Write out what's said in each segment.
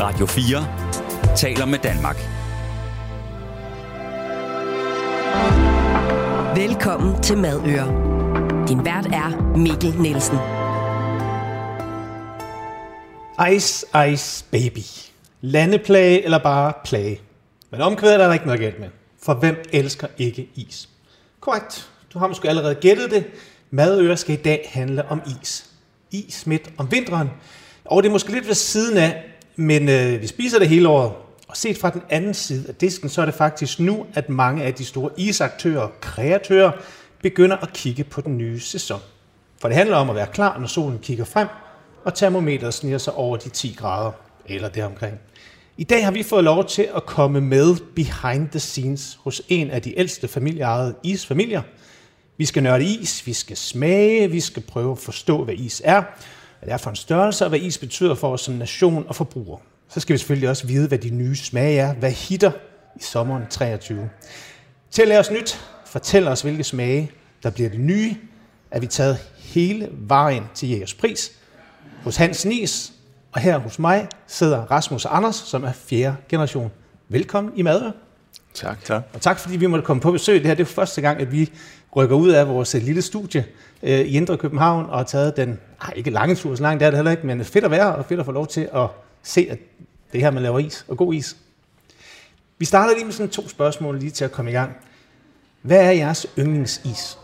Radio 4 taler med Danmark. Velkommen til Madøre. Din vært er Mikkel Nielsen. Ice, ice, baby. Landeplage eller bare plage. Men omkvædet er der ikke noget galt med. For hvem elsker ikke is? Korrekt. Du har måske allerede gættet det. Madøre skal i dag handle om is. Is midt om vinteren. Og det er måske lidt ved siden af, men vi spiser det hele året. Og set fra den anden side af disken, så er det faktisk nu, at mange af de store isaktører og kreatører begynder at kigge på den nye sæson. For det handler om at være klar, når solen kigger frem, og termometeret sniger sig over de 10 grader, eller deromkring. I dag har vi fået lov til at komme med behind the scenes hos en af de ældste familieejede isfamilier. Vi skal nørde is, vi skal smage, vi skal prøve at forstå, hvad is er, hvad det er for en størrelse, og hvad is betyder for os som nation og forbruger. Så skal vi selvfølgelig også vide, hvad de nye smage er, hvad hitter i sommeren 23. Til at lære os nyt, fortæl os, hvilke smage, der bliver det nye, er vi taget hele vejen til Jægerspris hos Hansen Is, og her hos mig sidder Rasmus og Anders, som er 4. generation. Velkommen i Madøre. Tak. Og tak fordi vi måtte komme på besøg. Det her det er første gang, at vi rykker ud af vores lille studie i Indre København og har taget den, ikke lange tur, så langt det er det heller ikke, men fedt at være og fedt at få lov til at se, at det her, man laver is og god is. Vi starter lige med sådan 2 spørgsmål lige til at komme i gang. Hvad er jeres yndlingsis?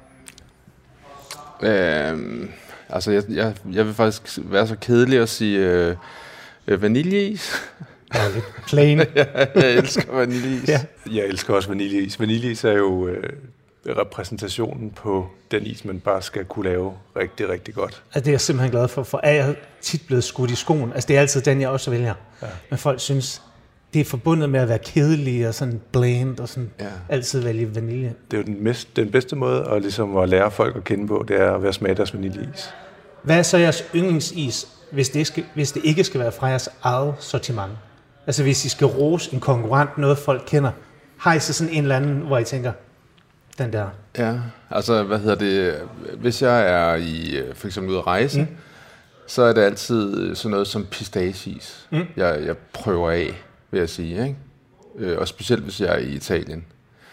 Altså, jeg vil faktisk være så kedelig at sige vaniljeis. Ja, lidt plain. Jeg elsker vaniljeis. Ja. Jeg elsker også vaniljeis. Vaniljeis er jo repræsentationen på den is, man bare skal kunne lave rigtig, rigtig godt. Altså, det er jeg simpelthen glad for er jeg tit blevet skudt i skoen. Altså, det er altid den, jeg også vælger. Ja. Men folk synes, det er forbundet med at være kedelig og sådan bland og sådan altid vælge vanilje. Det er jo den bedste måde at lære folk at kende på, det er at være smage deres vaniljeis. Hvad er så jeres yndlingsis, hvis det ikke skal være fra jeres eget sortiment? Altså hvis I skal rose en konkurrent, noget folk kender, har I så sådan en eller anden, hvor I tænker, den der? Ja, altså hvis jeg er i for eksempel ude at rejse, så er det altid sådan noget som pistacheis. Jeg prøver af, vil jeg sige, ikke? Og specielt hvis jeg er i Italien.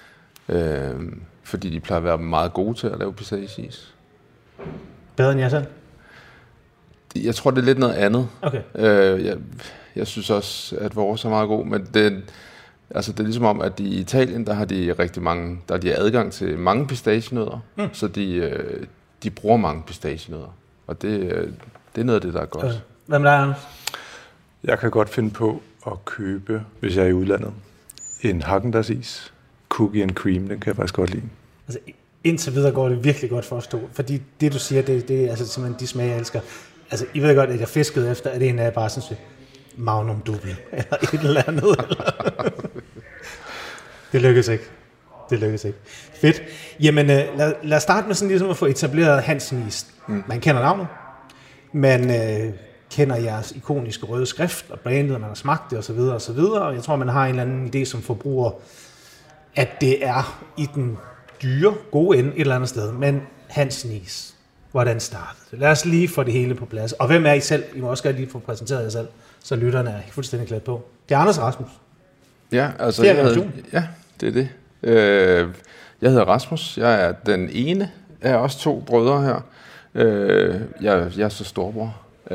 Fordi de plejer at være meget gode til at lave pistacheis. Bedre end jeg selv? Jeg tror, det er lidt noget andet. Okay. Jeg synes også, at vores er meget god, men det er ligesom om, at i Italien, der har de rigtig mange, der har de adgang til mange pistachienødder, så de bruger mange pistachienødder, og det er noget af det, der er godt. Okay. Hvad med dig, Anders? Jeg kan godt finde på at købe, hvis jeg er i udlandet, en Häagen-Dazs-is, cookie and cream, den kan jeg faktisk godt lide. Altså, indtil videre går det virkelig godt for at stå, fordi det, du siger, det er altså simpelthen de smage, jeg elsker. Altså, I ved godt, at jeg fiskede efter, at det en af bare sådan Magnum Double, eller et eller andet. Eller. Det lykkedes ikke. Fedt. Jamen, lad os starte med sådan ligesom at få etableret Hansen Is. Man kender navnet. Man kender jeres ikoniske røde skrift og brandet, man har smagt det osv. Og jeg tror, man har en eller anden idé som forbruger, at det er i den dyre, gode ende et eller andet sted. Men Hansen Is, hvordan startede det? Lad os lige få det hele på plads. Og hvem er I selv? I må også godt lige få præsenteret jer selv, så lytterne er fuldstændig klædt på. Det er Anders Rasmus. Ja, altså det er det. Jeg hedder Rasmus. Jeg er den ene af os 2 brødre her. Jeg er så storbror.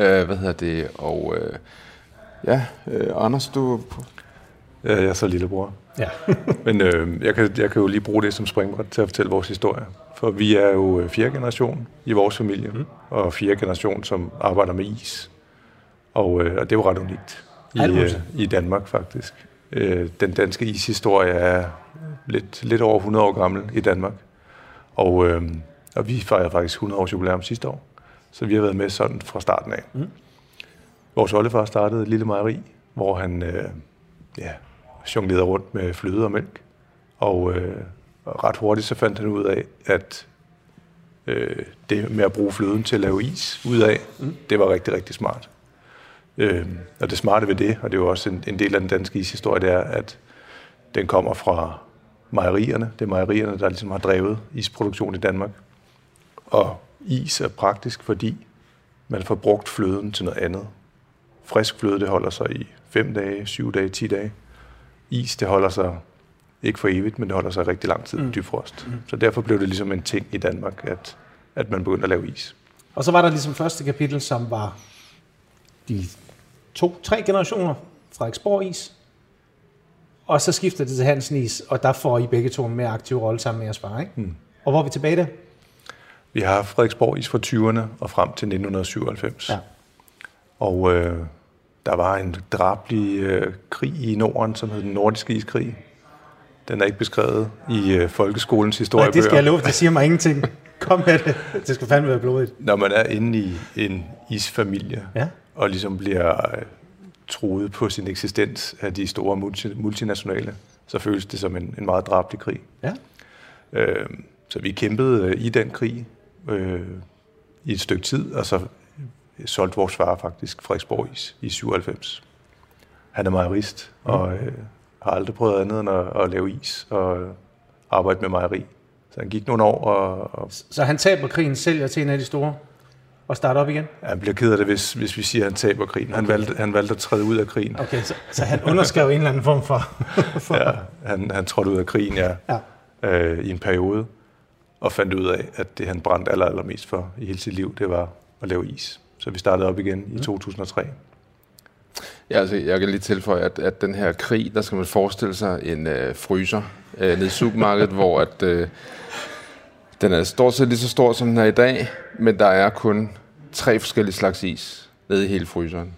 Anders, du... Jeg er så lillebror. Ja. Men jeg kan jo lige bruge det som springbræt til at fortælle vores historie. For vi er jo 4. generation i vores familie, og 4. generation, som arbejder med is. Og det er jo ret unikt i Danmark, faktisk. Den danske ishistorie er lidt over 100 år gammel i Danmark. Og vi fejrede faktisk 100 års jubilæum sidste år. Så vi har været med sådan fra starten af. Vores oldefar startede et lille mejeri, hvor han jonglerede rundt med fløde og mælk. Og ret hurtigt så fandt han ud af, at det med at bruge fløden til at lave is ud af, det var rigtig, rigtig smart. Og det smarte ved det, og det er jo også en del af den danske ishistorie, det er, at den kommer fra mejerierne. Det er mejerierne, der ligesom har drevet isproduktion i Danmark. Og is er praktisk, fordi man får brugt fløden til noget andet. Frisk fløde, det holder sig i 5 dage, 7 dage, 10 dage. Is, det holder sig ikke for evigt, men det holder sig rigtig lang tid i dybfrost. Så derfor blev det ligesom en ting i Danmark, at man begyndte at lave is. Og så var der ligesom første kapitel, som var de 2-3 generationer Frederiksborg is. Og så skifter det til Hansen is, og der får I begge to en mere aktiv rolle sammen med jeres far, ikke? Og hvor er vi tilbage der? Vi har haft Frederiksborg is fra 20'erne og frem til 1997. Ja. Og der var en drabelig krig i Norden, som hed den nordiske iskrig. Den er ikke beskrevet i folkeskolens historiebøger. Nej, det skal jeg love, det siger mig ingenting. Kom med det. Det skal fandme være blodigt. Når man er inde i en isfamilie, og ligesom bliver truet på sin eksistens af de store multinationale, så føles det som en meget drabelig krig. Ja. Så vi kæmpede i den krig i et stykke tid, og så solgte vores far faktisk Frederiksborg is i 97. Han er mejerist, og har aldrig prøvet andet end at lave is og arbejde med mejeri. Så han gik nogle år. Og så han taber krigen, sælger til en af de store, og starter op igen? Ja, han bliver ked af det, hvis vi siger, at han taber krigen. Han valgte at træde ud af krigen. Okay, så han underskrev en eller anden form for... Ja, han trådte ud af krigen, i en periode, og fandt ud af, at det han brændte allermest for i hele sit liv, det var at lave is. Så vi startede op igen i 2003. Ja, altså, jeg kan lige tilføje, at den her krig, der skal man forestille sig en fryser nede i supermarkedet, hvor at, den er stort set lige så stor, som den er i dag, men der er kun 3 forskellige slags is nede i hele fryseren.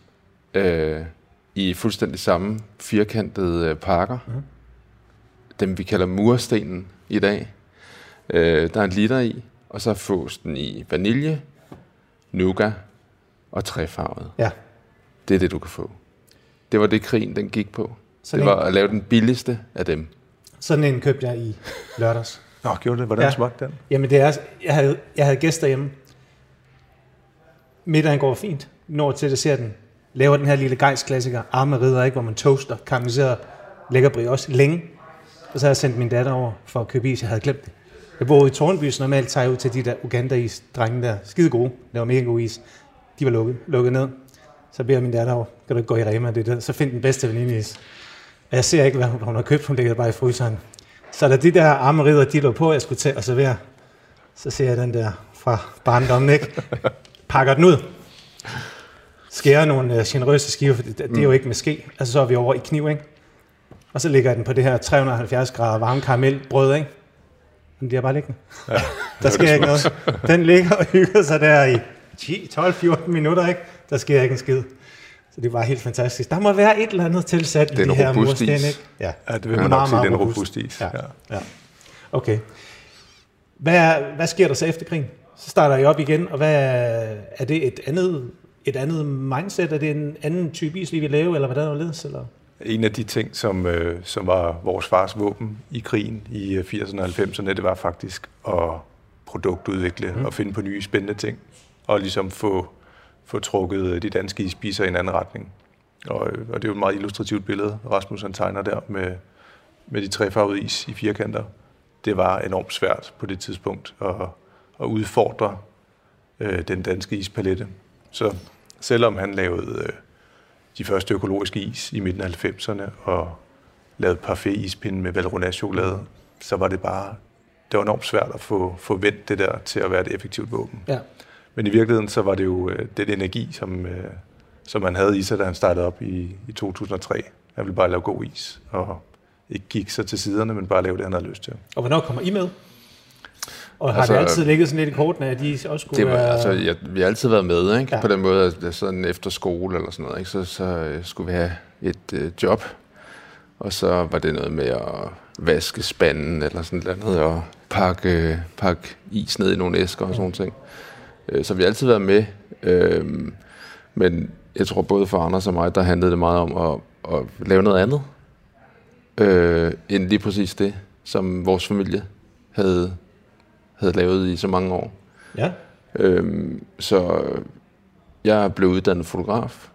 I fuldstændig samme firkantede pakker. Dem vi kalder murstenen i dag. Der er 1 liter i, og så fås den i vanilje, nougat og træfarvet. Ja. Det er det, du kan få. Det var det, krigen den gik på. Sådan det var at lave den billigste af dem. Sådan en købte jeg i lørdags. Nå, gjorde det? Hvordan smagte den? Jamen, det er, jeg havde gæster hjemme. Middagen går fint. Når til desserten. Laver den her lille gejsklassiker. Arme ridder, ikke, hvor man toaster, karamelliserer lækker brioche længe. Og så havde jeg sendt min datter over for at købe is. Jeg havde glemt det. Jeg boede i Tårnby, så normalt tager jeg ud til de der Uganda-is-drenge der. Skide gode. Det var mega god is. De var lukket ned. Så beder min datter over, kan du ikke gå i Rema, det der? Så find den bedste vaniljeis. Og jeg ser ikke, hvad hun har købt, hun ligger bare i fryseren. Så da de der arme ridder, de lå på, jeg skulle til at servere, så ser jeg den der fra barndommen, ikke? Pakker den ud. Skærer nogle generøse skiver, for det er jo ikke med ske. Altså så er vi over i kniv, ikke? Og så ligger den på det her 370 grader varme karamelbrød, ikke? Men de er bare liggende. Ja, der sker ikke noget. Den ligger og hygger sig der i 10, 12, 14 minutter, ikke? Der sker ikke en skid. Så det var helt fantastisk. Der må være et eller andet tilsat i de her mursten, ikke? Ja, det vil man nok sige, det er en robust is. Ja. Okay. Hvad sker der så efter krigen? Så starter I op igen, og er det et andet mindset? Er det en anden type is, vi vil lave, eller hvordan er det? Eller? En af de ting, som var vores fars våben i krigen i 80'erne og 90'erne, det var faktisk at produktudvikle og finde på nye spændende ting, og ligesom få trukket de danske isspiser i en anden retning. Og det er jo et meget illustrativt billede, Rasmus han tegner der med de trefarvede is i firkanter. Det var enormt svært på det tidspunkt at udfordre den danske ispalette. Så selvom han lavede de første økologiske is i midten af 90'erne og lavede parfait-ispinde med Valrhona-chokolade, så var det var enormt svært at få vendt det der til at være et effektivt våben. Ja. Men i virkeligheden så var det jo den energi, som han havde i sig, da han startede op i 2003. Han ville bare lave god is, og ikke kigge sig til siderne, men bare lave det, han havde lyst til. Og hvornår kommer I med? Og har det altid ligget sådan lidt i kortene, at de også skulle være... vi har altid været med, ikke? Ja. På den måde, at sådan efter skole eller sådan noget, ikke? Så skulle vi have et job, og så var det noget med at vaske spanden eller sådan noget, og pakke is ned i nogle æsker og sådan ting. Så vi har altid været med, men jeg tror både for Anders og mig, der handlede det meget om at lave noget andet, end lige præcis det, som vores familie havde lavet i så mange år. Ja. Så jeg blev uddannet fotograf,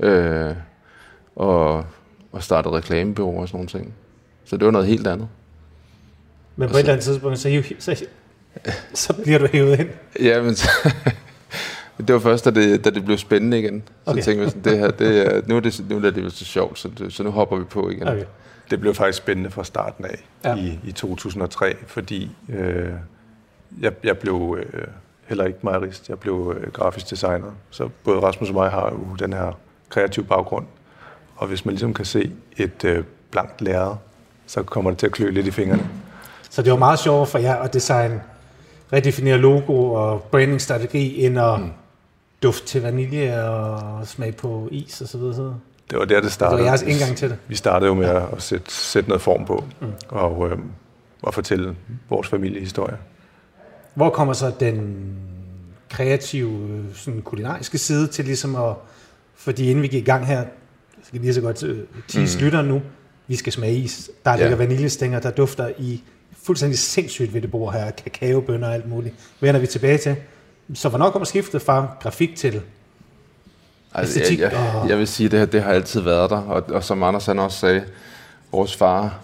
og startede reklamebureau og sådan nogle ting. Så det var noget helt andet. Men på et eller andet tidspunkt, så bliver du hævet ind. Ja, men Det var først, da det blev spændende igen. Så Okay. tænkte vi sådan, nu er det jo så sjovt, så nu hopper vi på igen. Okay. Det blev faktisk spændende fra starten af i 2003, fordi jeg blev heller ikke mejerist, jeg blev grafisk designer. Så både Rasmus og mig har jo den her kreative baggrund. Og hvis man ligesom kan se et blankt lærred, så kommer det til at klø lidt i fingrene. Så det var meget sjovt for jer at designe, redefinere logo og brandingstrategi, end at duft til vanilje og smage på is og så videre. Det var der, det startede. Det var jeres indgang til det. Vi startede jo med at sætte noget form på og fortælle vores familiehistorie. Hvor kommer så den kreative, sådan kulinariske side til ligesom at... Fordi inden vi gik i gang her, så kan lige så godt tease lytteren nu, vi skal smage is. Der ligger vaniljestænger, der dufter i fuldstændig sindssygt ved det bord her, kakaobønner og alt muligt. Vender vi tilbage til. Så hvornår kommer skiftet fra grafik til æstetik? Jeg vil sige, at det har altid været der, og som Anders han også sagde, vores far,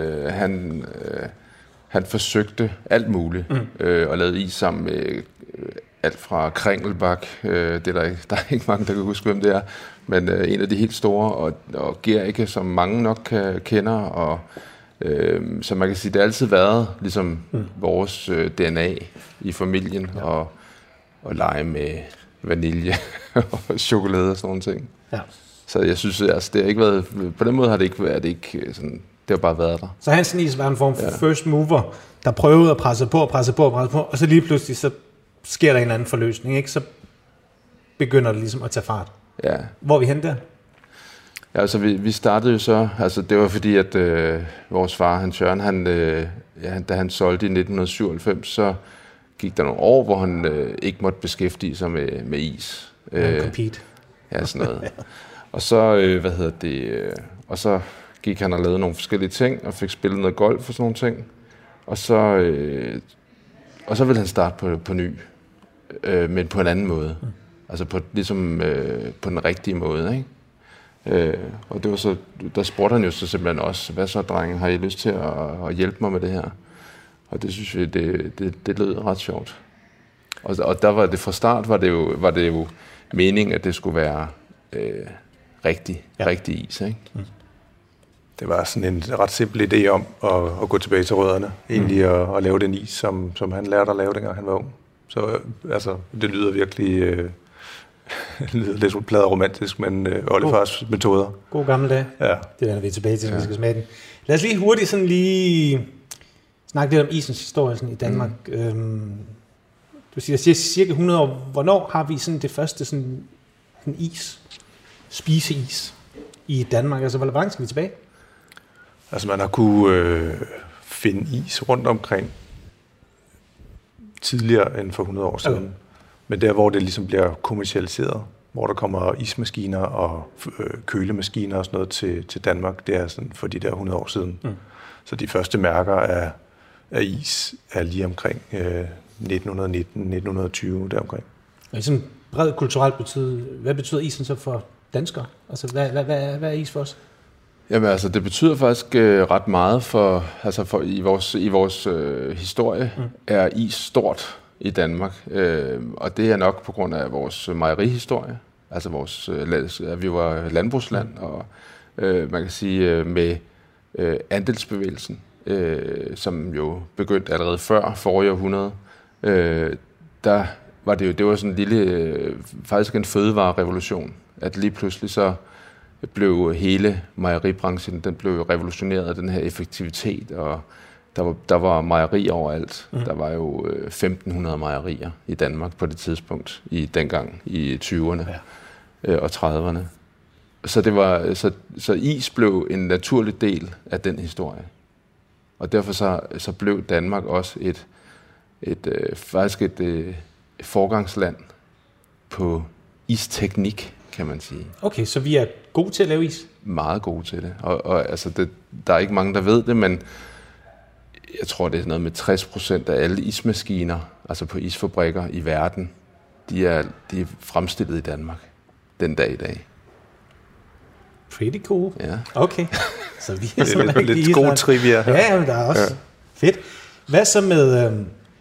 han forsøgte alt muligt, og lavede is sammen med alt fra Kringelbak, det er der er ikke mange, der kan huske, hvem det er, men en af de helt store, og Gericke, som mange nok kender, og så man kan sige, det har altid været ligesom vores DNA i familien, og lege med vanilje og chokolade og sådan nogle ting. Ja. Så jeg synes, altså, det har ikke været, på den måde har det ikke været sådan, det har bare været der. Så Hansen Is var en form for first mover, der prøvede at presse på, og så lige pludselig, så sker der en eller anden forløsning, ikke? Så begynder det ligesom at tage fart. Ja. Hvor er vi henne der? Ja, altså vi startede jo så, altså det var fordi, at vores far, Hans Jørgen, da han solgte i 1997, så gik der nogle år, hvor han ikke måtte beskæftige sig med is. Compete. Ja, sådan noget. Og så, og så gik han og lavede nogle forskellige ting, og fik spillet noget golf og sådan nogle ting. Og så ville han starte på ny, men på en anden måde. Altså ligesom på den rigtige måde, ikke? Og det var så, der spurgte han jo så simpelthen også, hvad så, drenge, har I lyst til at hjælpe mig med det her? Og det synes vi, det lød ret sjovt. Og der var det fra start, var det jo meningen, at det skulle være rigtig is, ikke? Det var sådan en ret simpel idé om at gå tilbage til rødderne, egentlig at lave den is, som han lærte at lave, dengang han var ung. Så altså, det lyder virkelig lidt pladeromantisk, men oldefars metoder. God gamle dag. Ja. Det vender vi tilbage til, når vi skal smage den. Lad os lige hurtigt snakke lidt om isens historie sådan i Danmark. Du siger cirka 100 år. Hvornår har vi sådan det første sådan spiseis i Danmark? Altså, hvor langt skal vi tilbage? Altså, man har kunne finde is rundt omkring tidligere end for 100 år siden. Okay. Men der, hvor det ligesom bliver kommercialiseret, hvor der kommer ismaskiner og kølemaskiner og sådan noget til Danmark, det er sådan for de der 100 år siden. Så de første mærker af is er lige omkring 1919-1920 deromkring. Og i sådan bred kulturelt hvad betyder isen så for danskere? Altså, hvad er is for os? Jamen altså, det betyder faktisk ret meget i vores historie er is stort i Danmark, og det er nok på grund af vores mejerihistorie, altså at vi var landbrugsland, og man kan sige med andelsbevægelsen, som jo begyndte allerede før forrige århundrede, der var det var sådan en lille, faktisk en fødevarerevolution, at lige pludselig så blev hele mejeribranchen, den blev revolutioneret af den her effektivitet, og der var mejerier overalt. Der var jo 1.500 mejerier i Danmark på det tidspunkt, dengang i 20'erne og 30'erne. Så is blev en naturlig del af den historie. Og derfor så blev Danmark også faktisk et forgangsland på isteknik, kan man sige. Okay, så vi er gode til at lave is? Meget gode til det. Og altså der er ikke mange, der ved det, men jeg tror, det er noget med 60% af alle ismaskiner, altså på isfabrikker i verden, de er fremstillet i Danmark den dag i dag. Pretty cool. Ja. Okay. Så vi er lidt god trivia her. Ja, men der er også fedt. Hvad så med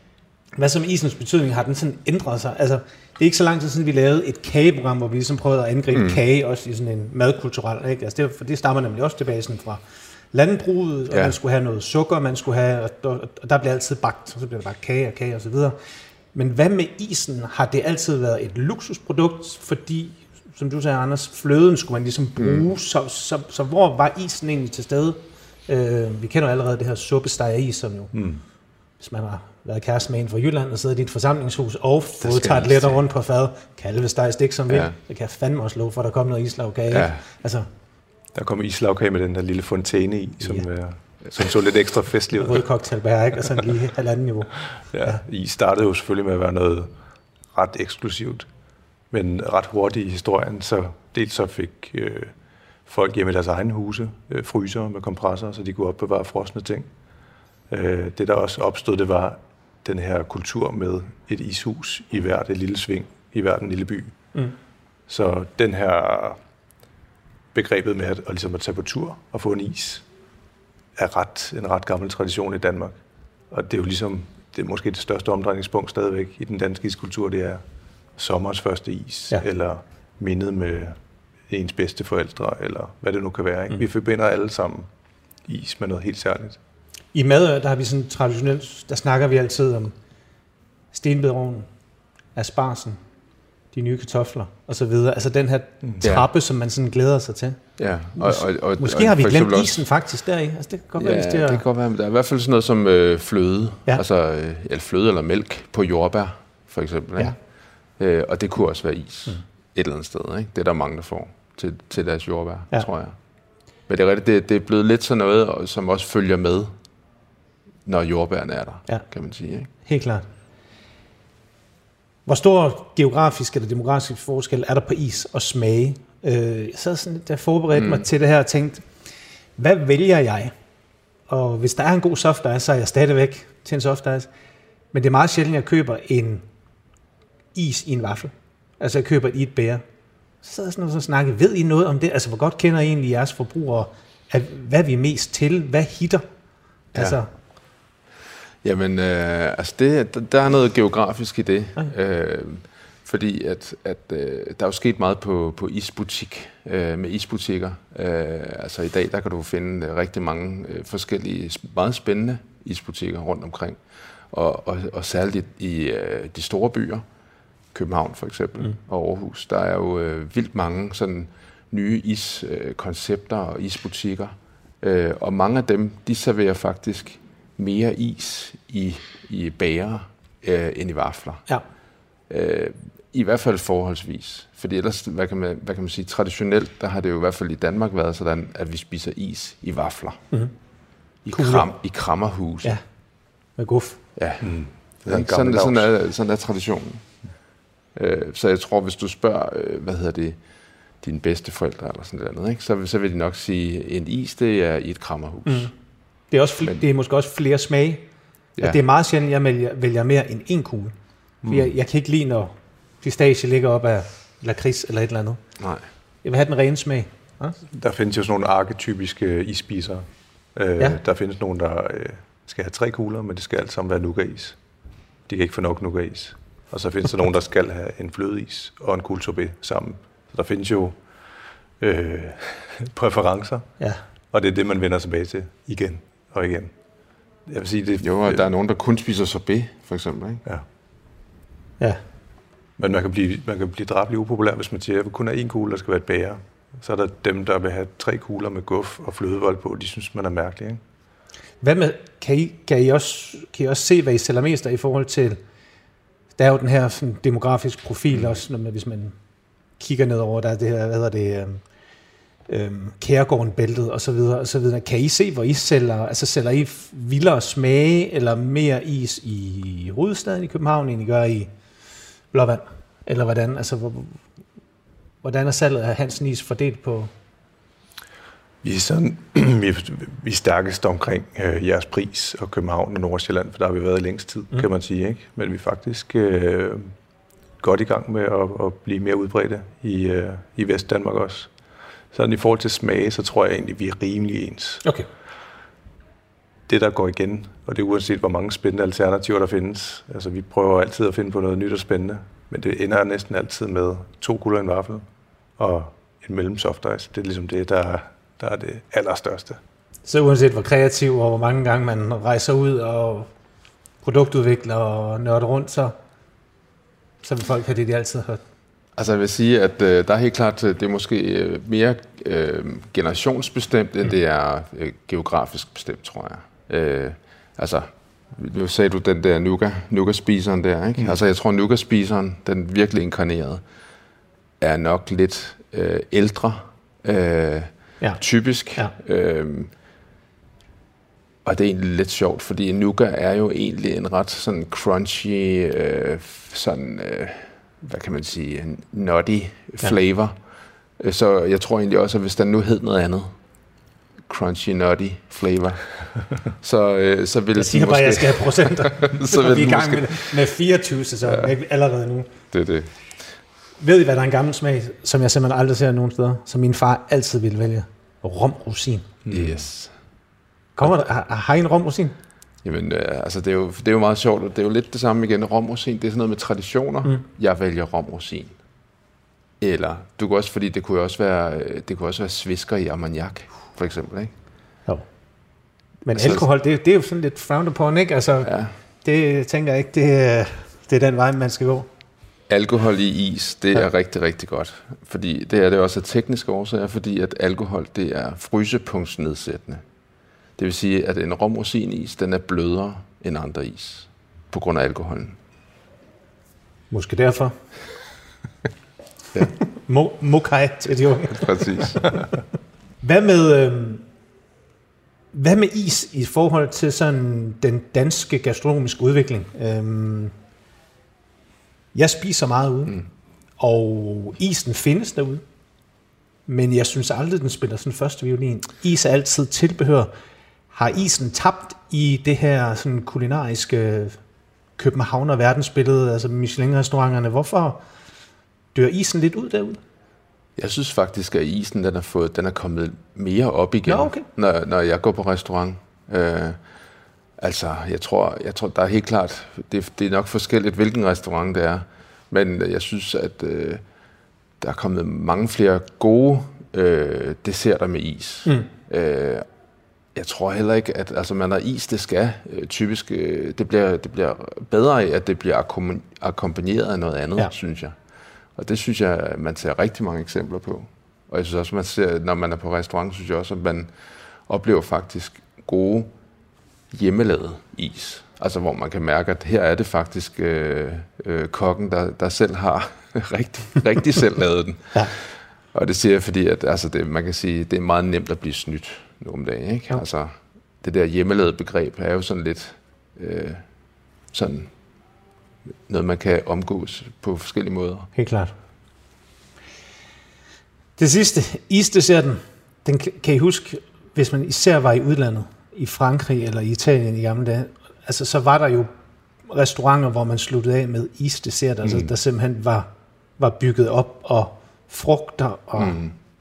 Hvad som isens betydning, har den sådan ændret sig? Altså, det er ikke så lang tid siden, vi lavede et kageprogram, hvor vi ligesom prøvede at angribe kage, også i sådan en madkulturel, ikke? Altså, det stammer nemlig også tilbage sådan fra landbruget, og man skulle have noget sukker, man skulle have, og der blev altid bagt, og så blev der bagt kage og så videre. Men hvad med isen? Har det altid været et luksusprodukt, fordi, som du sagde, Anders, fløden skulle man ligesom bruge, så hvor var isen egentlig til stede? Vi kender allerede det her suppesteg-is, som jo, hvis man har været kæreste med en fra Jylland og sidder i dit forsamlingshus og fået tarteletter rundt på fad, kalvesteg stik som vil, det kan jeg fandme også love, for der kommer noget islagkage. Ja. Altså, der kommer islagkage med den der lille fontæne i, som så lidt ekstra festlig ud. Rød cocktailbær, ikke? Og sådan lige halvanden niveau. Ja, is startede jo selvfølgelig med at være noget ret eksklusivt, men ret hurtigt i historien, så dels så fik folk hjemme i deres egne huse fryser med kompresser, så de kunne opbevare frosne ting. Det der også opstod, det var den her kultur med et ishus i hvert et lille sving, i hver en lille by. Så den her begrebet med at ligesom at tage på tur og få en is, er en ret gammel tradition i Danmark. Og det er jo ligesom, det er måske det største omdrejningspunkt stadigvæk i den danske iskultur, det er sommers første is, eller mindet med ens bedste forældre, eller hvad det nu kan være. Ikke? Vi forbinder alle sammen is med noget helt særligt. I Madør, der har vi sådan traditionelt, der snakker vi altid om stenbedrovnen, asparsen, de nye kartofler og så videre. Altså den her trappe, som man sådan glæder sig til. Ja. Måske har vi glemt isen faktisk deri. Altså det kan godt være, det kan godt være, men der er i hvert fald sådan noget som fløde, altså fløde eller mælk på jordbær for eksempel. Ikke? Og det kunne også være is et eller andet sted. Ikke? Det er der mange, der får til deres jordbær, tror jeg. Men det er rigtigt, det er blevet lidt sådan noget, som også følger med, når jordbærne er der, kan man sige. Ikke? Helt klart. Hvor stor geografisk eller demografisk forskel er der på is og smage? Jeg sad sådan lidt, jeg forberedte mig til det her og tænkte, hvad vælger jeg? Og hvis der er en god soft ice, så er jeg stadigvæk til en soft ice. Men det er meget sjældent, at jeg køber en is i en vaffel. Altså jeg køber i et bære. Så sad jeg sådan og snakkede, ved I noget om det? Altså hvor godt kender I egentlig jeres forbrugere? Hvad er vi mest til? Hvad hitter? Altså... Jamen, der er noget geografisk i det, fordi at der er jo sket meget på isbutik, med isbutikker. Altså i dag, der kan du finde rigtig mange forskellige, meget spændende isbutikker rundt omkring, og særligt i de store byer, København for eksempel, og Aarhus, der er jo vildt mange sådan nye iskoncepter og isbutikker, og mange af dem, de serverer faktisk mere is i bager end i vafler. Ja. I hvert fald forholdsvis. Fordi ellers, hvad kan man sige, traditionelt, der har det jo i hvert fald i Danmark været sådan, at vi spiser is i vafler. I krammerhuse. Ja, med guf. Ja, sådan er traditionen. Så jeg tror, hvis du spørger, dine bedste forældre eller sådan noget, ikke? Så vil de nok sige, en is, det er i et krammerhus. Det er måske også flere smage. Ja. Det er meget sjældent, at jeg vælger mere end en kugle. Jeg kan ikke lide, når pistache ligger op af lakrids eller et eller andet. Nej. Jeg vil have den rene smag. Ja? Der findes jo sådan nogle arketypiske isspisere. Der findes nogen, der skal have 3 kugler, men det skal alt sammen være nougat-is. De kan ikke få nok nougat-is. Og så findes der nogen, der skal have en flødeis og en kugle sorbet sammen. Så der findes jo præferencer. Ja. Og det er det, man vender tilbage til igen og igen. Jeg vil sige, der er nogen, der kun spiser sorbet, for eksempel. Ikke? Ja. Men man kan blive drabeligt upopulær, hvis man siger, at kun er 1 kugle, der skal være et bæger. Så er der dem, der vil have 3 kugler med guf og flødevold på. De synes, man er mærkelig. Ikke? Hvad med, kan I også se, hvad I sælger mest af i forhold til... Der er jo den her sådan, demografisk profil også, hvis man kigger ned over, der er det her, Kærgården-bæltet og så videre, og så videre. Kan I se, hvor I sælger? Altså sælger I vildere smage eller mere is i hovedstaden i København, end I gør i Blåvand? Eller hvordan? Altså, hvordan er salget af Hansen Is fordelt på? Vi er stærkest omkring jeres pris og København og Nordsjælland, for der har vi været i længst tid, kan man sige. Ikke? Men vi er faktisk godt i gang med at blive mere udbredte i Vestdanmark også. Sådan i forhold til smage, så tror jeg egentlig, vi er rimelig ens. Okay. det, der går igen, og det er uanset, hvor mange spændende alternativer der findes. Altså, vi prøver altid at finde på noget nyt og spændende, men det ender næsten altid med 2 guldere i en vaffel og en mellem soft ice. Det er ligesom det, der er det allerstørste. Så uanset hvor kreativ og hvor mange gange man rejser ud og produktudvikler og nørder rundt, så vil folk have det, de altid har. Altså jeg vil sige, at der er helt klart, det er måske mere generationsbestemt, end det er geografisk bestemt, tror jeg. Nu sagde du den der nougat-spiseren der, ikke? Altså jeg tror, nougat-spiseren, den virkelig inkarnerede, er nok lidt ældre, typisk. Ja. Og det er egentlig lidt sjovt, fordi nougat er jo egentlig en ret sådan crunchy, hvad kan man sige, en nutty flavor. Ja. Så jeg tror egentlig også, at hvis den nu hed noget andet, crunchy nutty flavor, så vil jeg siger bare, at jeg skal have procenter. Så vil vi er i gang med 24 sæsoner allerede nu. Det er det. Ved I, hvad der er en gammel smag, som jeg simpelthen aldrig ser nogen steder, som min far altid ville vælge? Romrosin. Yes. Har I en romrosin? Jamen, det er jo meget sjovt, og det er jo lidt det samme igen. Romrosin, det er sådan noget med traditioner. Jeg vælger romrosin. Eller, du kan også, fordi det kunne også være svisker i Armagnac, for eksempel, ikke? Jo. Men alkohol, det er jo sådan lidt frowned upon, ikke? Altså, det tænker jeg ikke, det er den vej, man skal gå. Alkohol i is, det er rigtig, rigtig godt. Fordi det er det også af tekniske årsager, fordi at alkohol, det er frysepunktsnedsættende. Det vil sige, at en romrosinis, den er blødere end andre is, på grund af alkoholen. Måske derfor. Ja. Mokai til de unge. Præcis. Hvad med is i forhold til sådan den danske gastronomiske udvikling? Jeg spiser meget ude, og isen findes derude, men jeg synes aldrig, den spiller sådan første violin. Is er altid tilbehør. Har isen tabt i det her sådan kulinariske Københavner verdensbillede, altså Michelin-restauranterne? Hvorfor dør isen lidt ud derude? Jeg synes faktisk, at isen den er kommet mere op igen, når jeg går på restaurant. Jeg tror, der er helt klart, det er nok forskelligt, hvilken restaurant det er, men jeg synes, at der er kommet mange flere gode desserter med is. Jeg tror heller ikke, at man har is, det skal typisk, det bliver bedre af, at det bliver akkompagneret af noget andet, synes jeg. Og det synes jeg, man ser rigtig mange eksempler på. Og jeg synes også, man ser, når man er på restaurant, synes jeg også, at man oplever faktisk gode hjemmelavede is. Altså hvor man kan mærke, at her er det faktisk kokken, der selv har rigtig selv lavet den. Ja. Og det siger jeg, fordi at, man kan sige, det er meget nemt at blive snydt nu om dagen. Ikke? Ja. Altså, det der hjemmelavede begreb er jo sådan lidt sådan noget, man kan omgås på forskellige måder. Helt klart. Det sidste, isdesserten, den kan I huske, hvis man især var i udlandet, i Frankrig eller i Italien i gamle dage, altså så var der jo restauranter, hvor man sluttede af med isdesserter, altså, der simpelthen var bygget op, og frugter og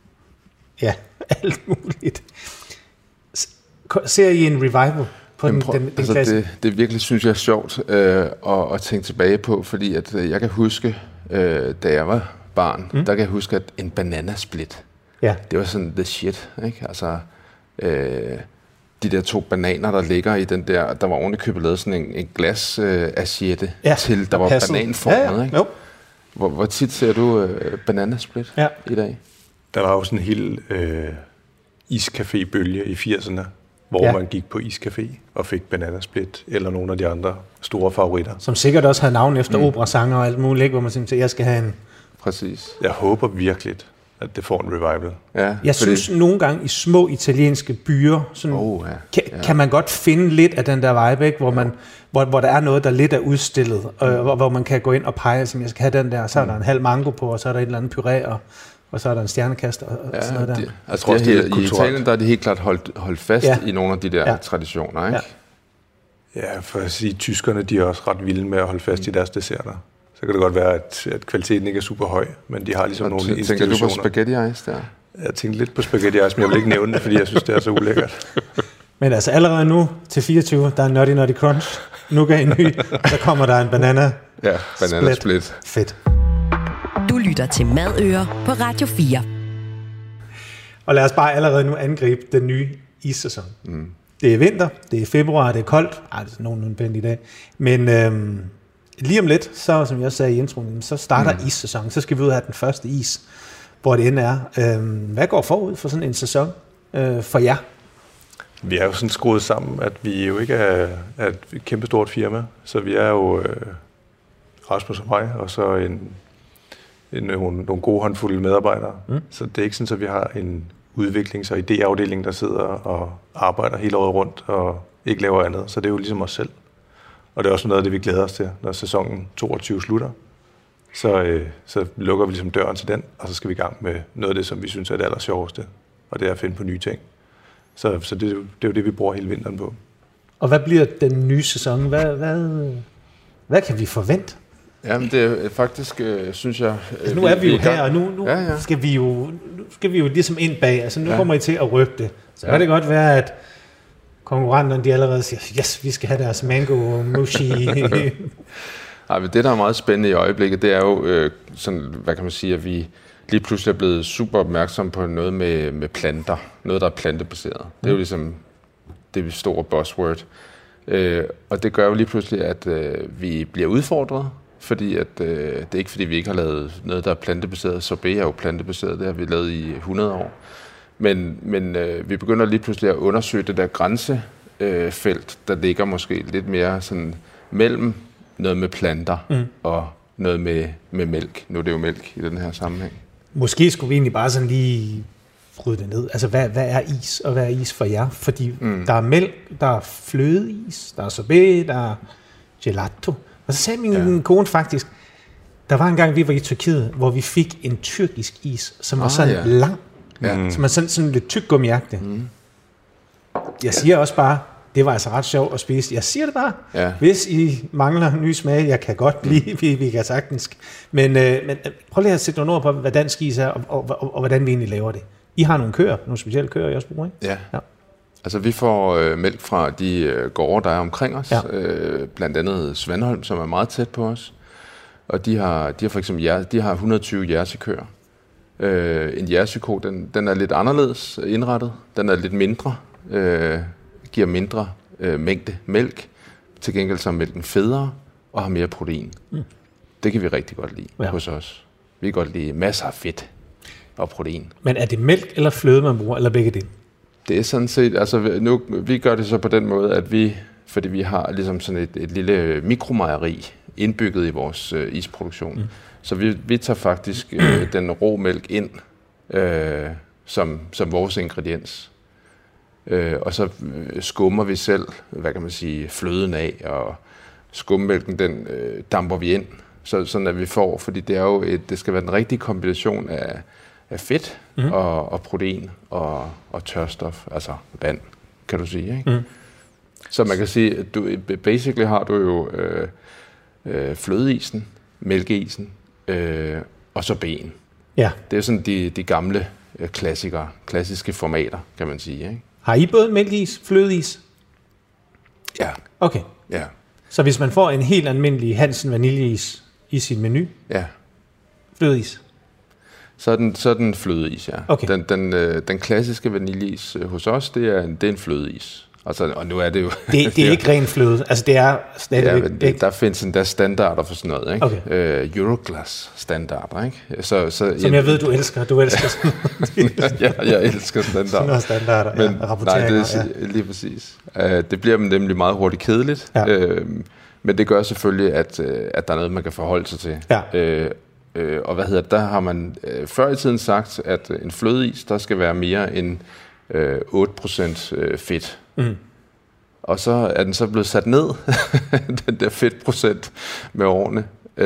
alt muligt. Ser I en revival på den klasse? Det virkelig synes jeg er sjovt at tænke tilbage på, fordi at jeg kan huske, da jeg var barn, der kan jeg huske, at en bananasplit, det var sådan the shit, ikke? Altså, de der 2 bananer, der ligger i den der var ordentligt købet lavet sådan en glas assiette til, der var bananformet, ikke? Hvor tit ser du bananasplit i dag? Der var jo sådan en hel iscafé-bølge i 80'erne, hvor man gik på iscafé og fik bananasplit, eller nogle af de andre store favoritter. Som sikkert også havde navn efter operasanger og alt muligt, hvor man tænkte, at jeg skal have en... Præcis. Jeg håber virkelig, at det får en revival. Ja, jeg synes nogle gange i små italienske byer, sådan, kan man godt finde lidt af den der vibe, ikke? Hvor der er noget, der lidt er udstillet, hvor man kan gå ind og pege, som jeg skal have den der, så er der en halv mango på, og så er der et eller andet puré, og så er der en stjernekaster og sådan noget der. Jeg tror også, i Italien, der er det helt klart holdt fast i nogle af de der traditioner, ikke? Ja, for at sige, tyskerne, de er også ret vilde med at holde fast i deres desserter. Så kan det godt være, at kvaliteten ikke er super høj, men de har ligesom nogle institutioner. Tænker du på spaghetti ice der? Jeg tænkte lidt på spaghetti ice, men jeg vil ikke nævne det, fordi jeg synes, det er så ulækkert. Men altså allerede nu til 24, der er Nutty Crunch. Nu gør en ny, og så kommer der en banana. Ja, banana split. Fedt. Du lytter til Madøre på Radio 4. Og lad os bare allerede nu angribe den nye issæson. Det er vinter, det er februar, det er koldt. Det er nogenlunde pænt i dag. Men lige om lidt, så som jeg sagde i introen, så starter issæsonen. Så skal vi ud og have den første is, hvor det end er. Hvad går forud for sådan en sæson for jer? Vi er jo sådan skruet sammen, at vi jo ikke er et kæmpestort firma. Så vi er jo Rasmus og mig, og så nogle gode håndfulde medarbejdere. Så det er ikke sådan, at vi har en udviklings- og idéafdeling, der sidder og arbejder hele året rundt og ikke laver andet. Så det er jo ligesom os selv. Og det er også noget af det, vi glæder os til, når sæsonen 22 slutter. Så lukker vi ligesom døren til den, og så skal vi i gang med noget af det, som vi synes er det aller sjoveste. Og det er at finde på nye ting. Så det er jo det, vi bruger hele vinteren på. Og hvad bliver den nye sæson? Hvad kan vi forvente? Jamen, det er faktisk, synes jeg... Altså, nu er vi jo her, og nu skal vi jo ligesom ind bag. Altså, nu kommer I til at røbe det. Så kan det godt være, at konkurrenterne, de allerede siger, yes, vi skal have deres mango mushi. Nej, men det, der er meget spændende i øjeblikket, det er jo sådan, hvad kan man sige, at vi lige pludselig er blevet super opmærksomme på noget med planter. Noget, der er plantebaseret. Det er jo ligesom det store buzzword. Og det gør jo lige pludselig, at vi bliver udfordret. Fordi at, det er ikke fordi, vi ikke har lavet noget, der er plantebaseret. Sorbet er jo plantebaseret, det har vi lavet i 100 år. Men vi begynder lige pludselig at undersøge det der grænsefelt, der ligger måske lidt mere sådan mellem noget med planter og noget med mælk. Nu er det jo mælk i den her sammenhæng. Måske skulle vi egentlig bare sådan lige rydde det ned. Altså, hvad er is, og hvad er is for jer? Fordi der er mælk, der er flødeis, der er sorbet, der er gelato. Og så sagde min kone faktisk, der var en gang, vi var i Tyrkiet, hvor vi fik en tyrkisk is, som var sådan lang, som er sådan lidt tyk gummiagtig. Jeg siger også bare, det var altså ret sjovt at spise. Jeg siger det bare. Ja. Hvis I mangler nye smage, jeg kan godt blive, vi kan sagtens. Men prøv lige at sætte nogle ord på, hvad dansk is er, og hvordan vi egentlig laver det. I har nogle køer, nogle specielle køer, I også bruger, ikke? Ja. Altså, vi får mælk fra de gårde, der er omkring os. Ja. Blandt andet Svandholm, som er meget tæt på os. Og de har for eksempel de har 120 jersekøer. En jerseko, den er lidt anderledes indrettet. Den er lidt mindre, giver mindre mængde mælk. Til gengæld så er mælken federe og har mere protein. Det kan vi rigtig godt lide hos os. Vi kan godt lide masser af fedt og protein. Men er det mælk eller fløde, man bruger, eller begge dele? Det er sådan set, altså nu, vi gør det så på den måde, at fordi vi har ligesom sådan et lille mikromejeri indbygget i vores isproduktion. Så vi tager faktisk den rå mælk ind som vores ingrediens. Og så skummer vi selv, hvad kan man sige, fløden af, og skummælken, den damper vi ind, sådan at vi får, fordi det er jo det skal være den rigtige kombination af fedt og protein og tørstof, altså vand, kan du sige, ikke? Så man kan sige, at basically har du jo flødeisen, mælkeisen og så ben. Ja. Det er sådan de gamle klassiske formater, kan man sige, ikke? Har I både mælkeis, flødeis? Ja. Okay. Ja. Så hvis man får en helt almindelig Hansen vaniljeis i sin menu, flødeis? Så er den flødeis, ja. Okay. Den klassiske vaniljeis hos os, det er en flødeis. Altså, og nu er det jo... Det er ikke ren fløde, altså det er stadigvæk... der findes endda standarder for sådan noget, ikke? Okay. Euroglass-standarder, ikke? Som jeg ved, du elsker. Ja, jeg elsker standarder. Sådan noget standarder, men, rapporteringer. Nej, det er lige præcis. Det bliver nemlig meget hurtigt kedeligt, men det gør selvfølgelig, at der er noget, man kan forholde sig til. Ja. Og der har man før i tiden sagt, at en flødeis, der skal være mere end 8% fedt. Og så er den så blevet sat ned, den der fedtprocent med årene.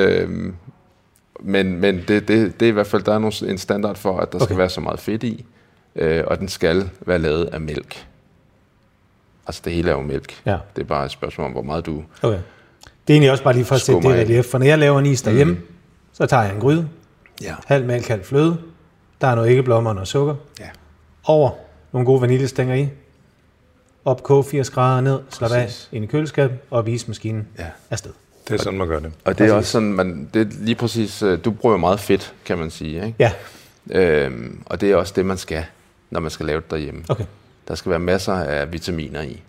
Men det er i hvert fald, der er en standard for, at der skal være så meget fedt i, og den skal være lavet af mælk. Altså det hele er jo mælk. Ja. Det er bare et spørgsmål om, hvor meget du... Okay. Det er egentlig også bare lige for at sætte det relief, for når jeg laver en is derhjemme, så tager jeg en gryde, halv mælk, halv fløde, der er noget æggeblommer og noget sukker, over nogle gode vaniljestænger i, op, koge 80 grader ned, slap af ind i køleskabet, og ismaskinen afsted. Det er sådan, man gør det. Og det er også sådan, det er lige præcis, du bruger meget fedt, kan man sige, ikke? Ja. Og det er også det, man skal, når man skal lave det derhjemme. Okay. Der skal være masser af vitaminer i.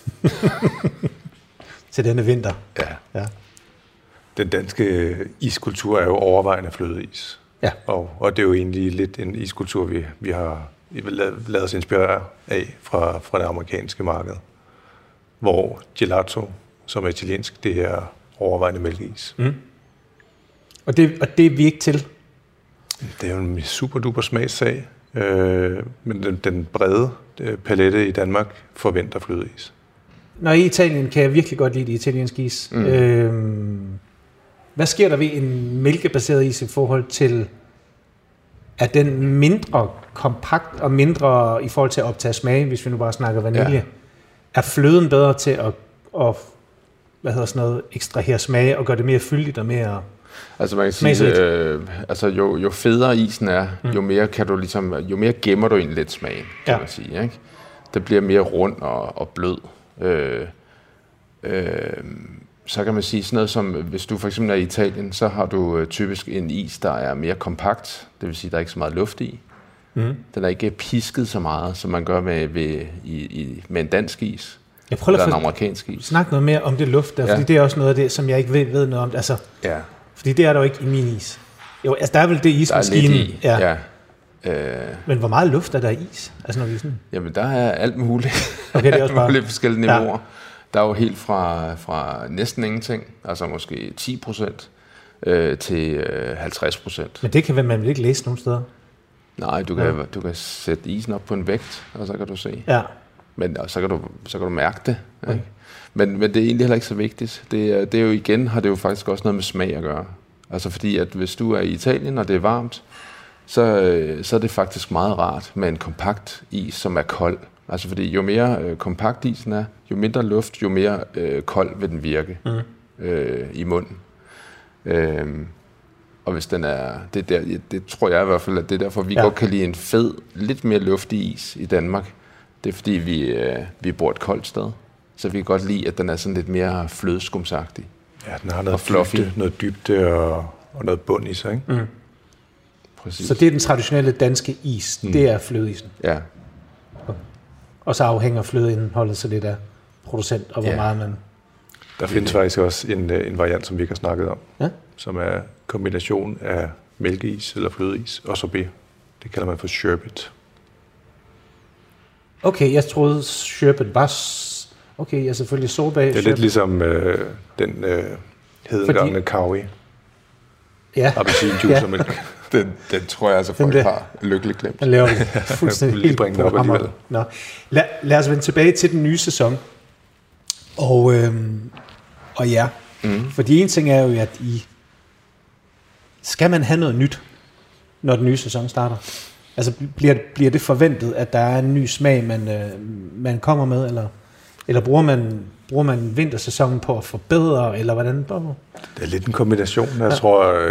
Til denne vinter. Ja. Den danske iskultur er jo overvejende flødeis. Ja. Og det er jo egentlig lidt en iskultur, vi har lavet os inspirere af fra det amerikanske marked. Hvor gelato, som er italiensk, det er overvejende mælkeis. Mm. Og det er vi ikke til? Det er jo en super duper smagssag. Men den brede palette i Danmark forventer flødeis. Når i Italien kan jeg virkelig godt lide det italienske is. Hvad sker der ved en mælkebaseret is i forhold til, at den mindre kompakt og mindre i forhold til at optage smag, hvis vi nu bare snakker vanilje? Ja. Er fløden bedre til at ekstrahere smag og gøre det mere fyldigt og mere... Altså man kan sige, jo federe isen er, jo mere kan du ligesom, jo mere gemmer du egentlig lidt smagen, kan man sige, ikke? Det bliver mere rund og blød. Så kan man sige sådan noget som, hvis du for eksempel er i Italien, så har du typisk en is, der er mere kompakt, det vil sige, der er ikke så meget luft i. Den er ikke pisket så meget, som man gør med en dansk is. Jeg prøver eller en amerikansk is. Snak noget mere om det luft der, fordi det er også noget af det, som jeg ikke ved noget om. Altså, fordi det er der jo ikke i min is. Jo, altså der er vel det ismaskinen. Men hvor meget luft er der i is? Altså, når vi sådan... Jamen, der er alt muligt. Okay, det er også bare... mulige forskellige niveauer. Ja. Der er jo helt fra næsten ingenting, altså måske 10% til 50%. Men det kan man vel ikke læse nogen steder? Nej, du kan sætte isen op på en vægt, og så kan du se. Ja. Men så kan du mærke det. Okay. Men det er egentlig heller ikke så vigtigt. Det er jo igen, har det jo faktisk også noget med smag at gøre. Altså fordi, at hvis du er i Italien, og det er varmt, så er det faktisk meget rart med en kompakt is, som er kold. Altså fordi jo mere kompakt isen er, jo mindre luft, jo mere kold vil den virke i munden. Og hvis den er, det tror jeg i hvert fald, at det er derfor, vi godt kan lide en fed, lidt mere luftig is i Danmark. Det er fordi, vi bor et koldt sted. Så vi kan godt lide, at den er sådan lidt mere flødeskumsagtig. Ja, den har noget dybde og noget bund i sig, ikke? Mm. Præcis. Så det er den traditionelle danske is, det er flødeisen? Ja. Og så afhænger flødeindholdet så lidt af producent, og hvor meget man... Der findes faktisk også en variant, som vi ikke har snakket om, som er kombination af mælkeis eller flødeis og sorbet. Det kalder man for sherbet. Okay, jeg troede sherbet var... Okay, jeg selvfølgelig sorbet. Det er lidt ligesom den hedengangne kawi. Ja. Appelsinjuice og mælk. Den tror jeg altså folk har lykkeligt glemt. Den laver vi fuldstændig helt bringe op alligevel. Nå. Lad os vende tilbage til den nye sæson. Og fordi en ting er jo, at skal man have noget nyt, når den nye sæson starter? Altså bliver det forventet, at der er en ny smag, man kommer med, eller bruger man vintersæsonen på at forbedre, eller hvordan? Det er lidt en kombination. Jeg tror,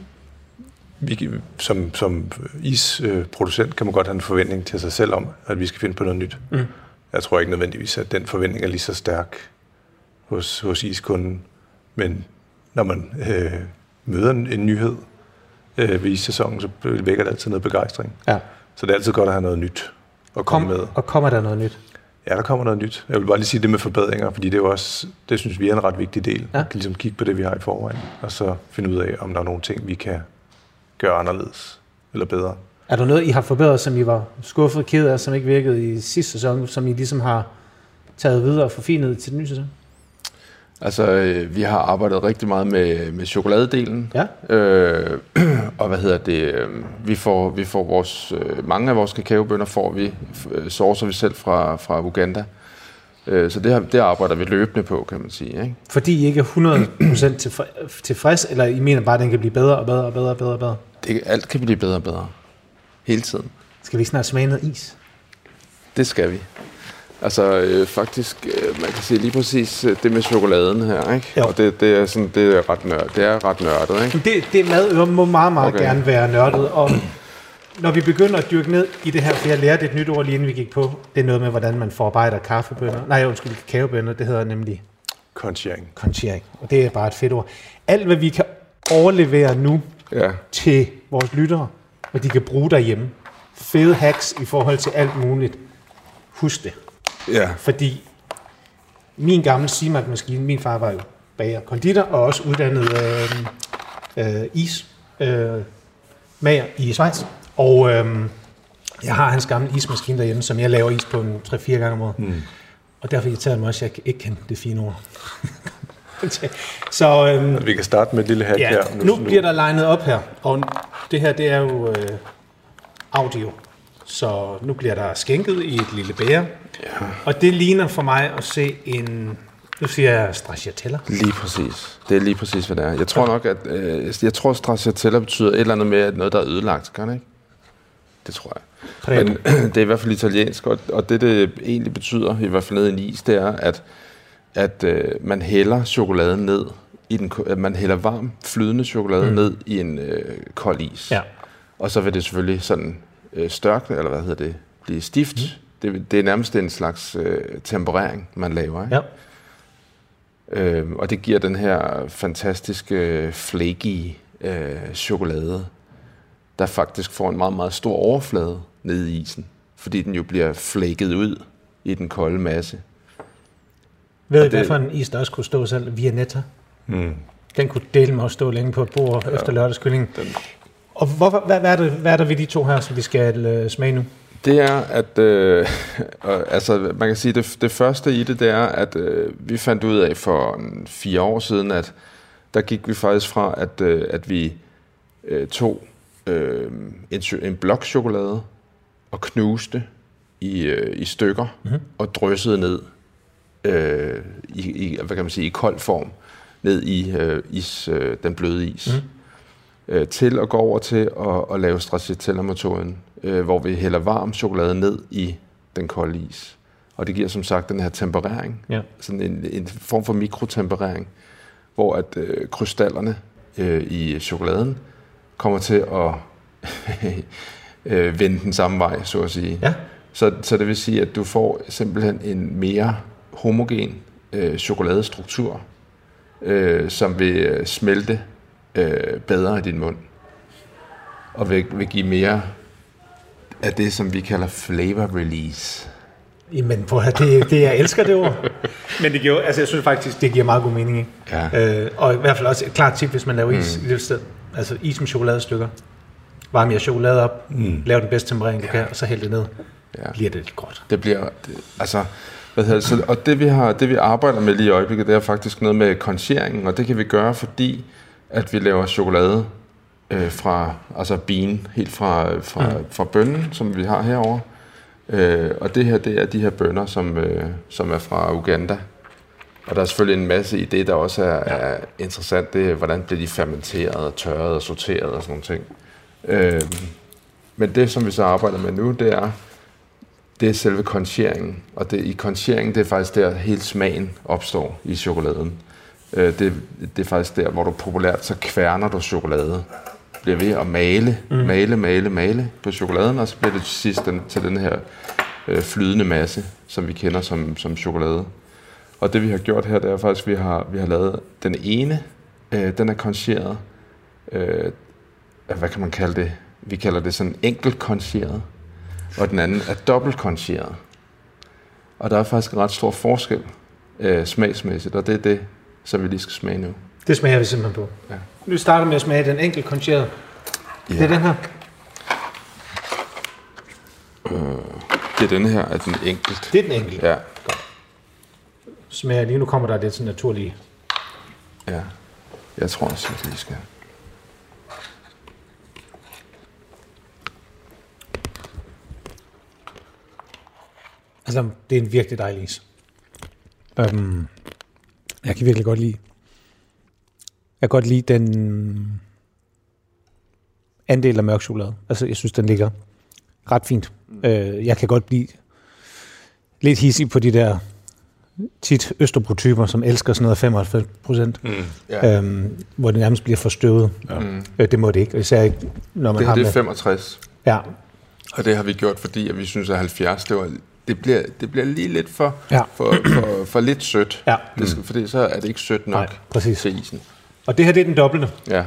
som isproducent kan man godt have en forventning til sig selv om, at vi skal finde på noget nyt. Mm. Jeg tror ikke nødvendigvis, at den forventning er lige så stærk hos iskunden. Men når man møder en nyhed ved issæsonen, så vækker det altid noget begejstring. Ja. Så det er altid godt at have noget nyt at komme med. Og kommer der noget nyt? Ja, der kommer noget nyt. Jeg vil bare lige sige det med forbedringer, fordi det er jo også, det synes vi er en ret vigtig del. Ja. Vi kan ligesom kigge på det, vi har i forvejen, og så finde ud af, om der er nogle ting, vi kan gøre anderledes eller bedre. Er der noget, I har forbedret, som I var skuffet og ked af, som ikke virkede i sidste sæson, som I ligesom har taget videre og forfinet til den nye sæson? Altså, vi har arbejdet rigtig meget med chokoladedelen. Ja. Og vi får vores mange af vores kakaobønner sourcer vi selv fra Uganda. Så det arbejder vi løbende på, kan man sige, ikke? Fordi I ikke er 100% tilfreds, eller I mener bare, at den kan blive bedre og bedre og bedre og bedre og bedre? Alt kan blive bedre og bedre. Hele tiden. Skal vi ikke snart smage noget is? Det skal vi. Altså faktisk, man kan sige lige præcis det med chokoladen her, ikke? Jo. Og det er ret nørdet, ikke? Det Madøre må meget gerne være nørdet, når vi begynder at dyrke ned i det her, for jeg lærte et nyt ord lige inden vi gik på, det er noget med, hvordan man forarbejder kakaobønner, det hedder nemlig konchering. Og det er bare et fedt ord. Alt, hvad vi kan overlevere nu til vores lyttere, og de kan bruge derhjemme. Fede hacks i forhold til alt muligt. Husk det. Ja. Fordi min gamle Simak-maskine, min far var jo bager konditor, og også uddannet mager i Schweiz. Og jeg har hans gamle ismaskine derhjemme, som jeg laver is på 3-4 gange om året. Og derfor irriterer mig også, at jeg ikke kan det fine ord. Så vi kan starte med et lille hack her. Nu bliver der legnet op her, og det her, det er jo audio. Så nu bliver der skænket i et lille bæger. Ja. Og det ligner for mig at se en... Nu siger jeg stracciatella. Lige præcis. Det er lige præcis, hvad det er. Jeg tror nok, at stracciatella betyder et eller andet med, at noget, der er ødelagt. Kan det ikke? Det tror jeg. Men det er i hvert fald italiensk, og det egentlig betyder, i hvert fald ned i en is, det er, at man hælder chokoladen ned i man hælder varm, flydende chokolade ned i en kold is. Ja. Og så vil det selvfølgelig sådan størkne, eller hvad hedder det, blive stift. Det er nærmest en slags temperering, man laver. Ikke? Ja. Og det giver den her fantastiske, flaky chokolade, der faktisk får en meget, meget stor overflade nede i isen, fordi den jo bliver flækket ud i den kolde masse. Ved I, hvad for en is, der også kunne stå selv? Viennetta. Den kunne dele med at stå længe på et bord efter lørdagskyllingen. Og hvad er der ved de to her, som vi skal smage nu? Det er, at altså, man kan sige, det første i det er, at vi fandt ud af for 4 år siden, at der gik vi faktisk fra, at vi tog en blok chokolade og knuste i stykker og dryssede ned hvad kan man sige, i kold form ned i den bløde is. Til at gå over til at lave stracciatella-metoden, hvor vi hælder varm chokolade ned i den kolde is. Og det giver som sagt den her temperering, sådan en form for mikrotemperering, hvor at krystallerne i chokoladen kommer til at vende den samme vej, så at sige. Ja. Så det vil sige, at du får simpelthen en mere homogen chokoladestruktur, som vil smelte bedre i din mund, og vil give mere af det, som vi kalder flavor release. Jamen, jeg elsker det ord. Men det giver, altså jeg synes faktisk, det giver meget god mening, ikke? Ja. Og i hvert fald også et klart tip, hvis man laver is i det sted. Altså is med chokoladestykker. Varm jer chokolade op, lav den bedste temperering, du kan, og så hæld det ned. Ja. Bliver det lidt godt. Det bliver, altså, og det vi arbejder med lige i øjeblikket, det er faktisk noget med koncheringen, og det kan vi gøre, fordi at vi laver chokolade fra, altså bean, helt fra bønnen, som vi har herovre. Og det her, det er de her bønner, som er fra Uganda. Og der er selvfølgelig en masse i det, der også er interessant. Det er, hvordan bliver de fermenteret og tørret og sorteret og sådan nogle ting. Men det, som vi så arbejder med nu, det er selve koncheringen. Og i koncheringen, det er faktisk der, hele smagen opstår i chokoladen. Det er faktisk der, hvor du populært, så kværner du chokolade. Bliver ved at male på chokoladen, og så bliver det til sidst til den her flydende masse, som vi kender som chokolade. Og det vi har gjort her, det er faktisk, vi har lavet den ene, den er koncheret, hvad kan man kalde det? Vi kalder det sådan enkelt koncheret, og den anden er dobbelt koncheret. Og der er faktisk en ret stor forskel smagsmæssigt, og det er det, som vi lige skal smage nu. Det smager vi simpelthen på. Ja. Nu starter med at smage den enkelt koncherede. Ja. Det er den her. Det er den her, er den enkelt. Det er den enkelt. Ja. Godt. Smager lige nu kommer der lidt sådan naturligt. Ja. Jeg tror også, at det skal. Altså, det er en virkelig dejlig is. Jeg kan virkelig godt lide. Jeg kan godt lide den andel af mørk chokolade. Altså, jeg synes, den ligger ret fint. Jeg kan godt blive lidt hissig på de der tit Østerbro-typer, som elsker sådan noget 95%, hvor det nærmest bliver forstøvet. Ja. Det må det ikke, især ikke, når man det, har det er 65. Ja. Og det har vi gjort, fordi at vi synes, at 70, det bliver lige lidt Ja. for lidt sødt. Ja. Fordi så er det ikke sødt nok. Nej, præcis. Til isen. Og det her, det er den dobbelte. Ja.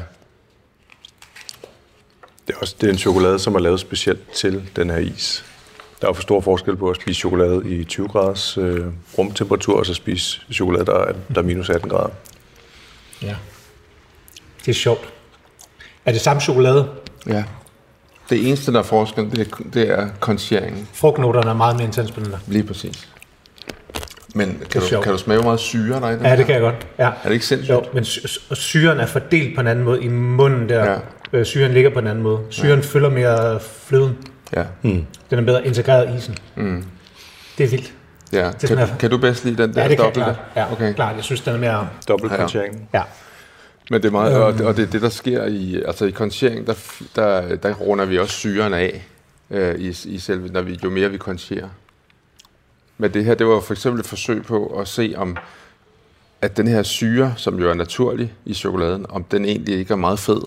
Det er en chokolade, som er lavet specielt til den her is. Der er jo for stor forskel på at spise chokolade i 20 graders rumtemperatur, og så spise chokolade, der er minus 18 grader. Ja. Det er sjovt. Er det samme chokolade? Ja. Det eneste, der er forskel, det er koncheringen. Frugtnoterne er meget mere intens på den der. Lige præcis. Men kan sjovt. du smage, hvor meget syre der er i den Ja, her? det kan jeg godt. Ja. Er det ikke sindssygt? Jo, men syren er fordelt på en anden måde i munden der. Ja. Syren ligger på en anden måde. Syren følger mere fløden. Ja. Den er bedre integreret i isen. Det er vildt. Ja. Kan du bedst lide den der Ja, det kan jeg dobbelte? klart. Ja, okay. Klart. Jeg synes, den er mere... Dobbelt konchering. Ja. Men det er meget, og det er det, der sker i konchering, der runder vi også syren af i selve, jo mere vi koncherer. Men det her, det var for eksempel et forsøg på at se om, at den her syre, som jo er naturlig i chokoladen, om den egentlig ikke er meget fed.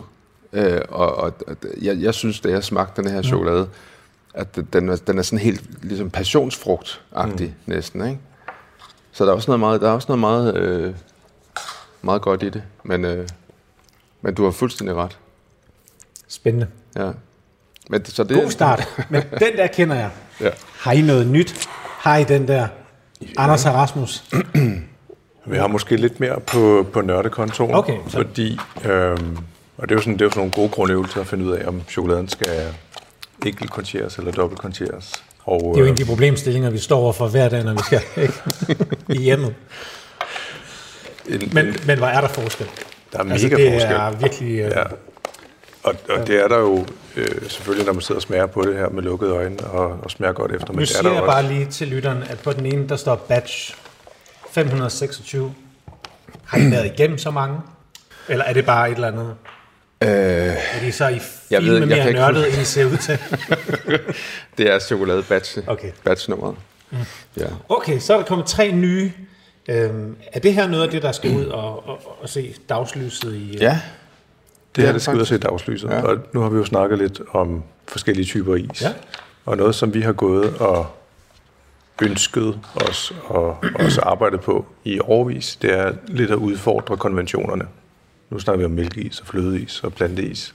Jeg synes, da jeg smagte den her chokolade, at den er sådan helt ligesom passionsfrugt-agtig næsten, ikke? Så der er også noget meget godt i det, men du har fuldstændig ret. Spændende. Ja. Men, så det, God start. Men den der kender jeg. Ja. Har I noget nyt? Har I den der? Anders og Rasmus? Vi har måske lidt mere på nørdekontoen, Okay, fordi, og det er jo sådan nogle gode grundøvelser at finde ud af, om chokoladen skal enkelt koncheres eller dobbelt koncheres. Og, Det er jo en af de problemstillinger, vi står overfor hver dag, når vi skal i hjemmet. Men hvor er der forskel? Der er mega det forskel. Er virkelig... Ja. Og det er der jo selvfølgelig, når man sidder og smager på det her med lukkede øjne og smager godt efter. Nu siger jeg bare lige til lytteren, at på den ene, der står batch 526. Har I været igennem så mange? Eller er det bare et eller andet? Er de så i filme mere nørdet, end I ser ud til? Det er chokolade-batch. Okay. Batch-nummeret. Ja. Okay, så er der kommet 3 nye. Er det her noget af det, der skal ud og se dagslyset i? Ja. Det her, det skal ud og se dagslyset. Ja. Og nu har vi jo snakket lidt om forskellige typer is. Ja. Og noget, som vi har gået og ønsket os og også arbejdet på i årevis, det er lidt at udfordre konventionerne. Nu snakker vi om mælkeis og flødeis og planteis.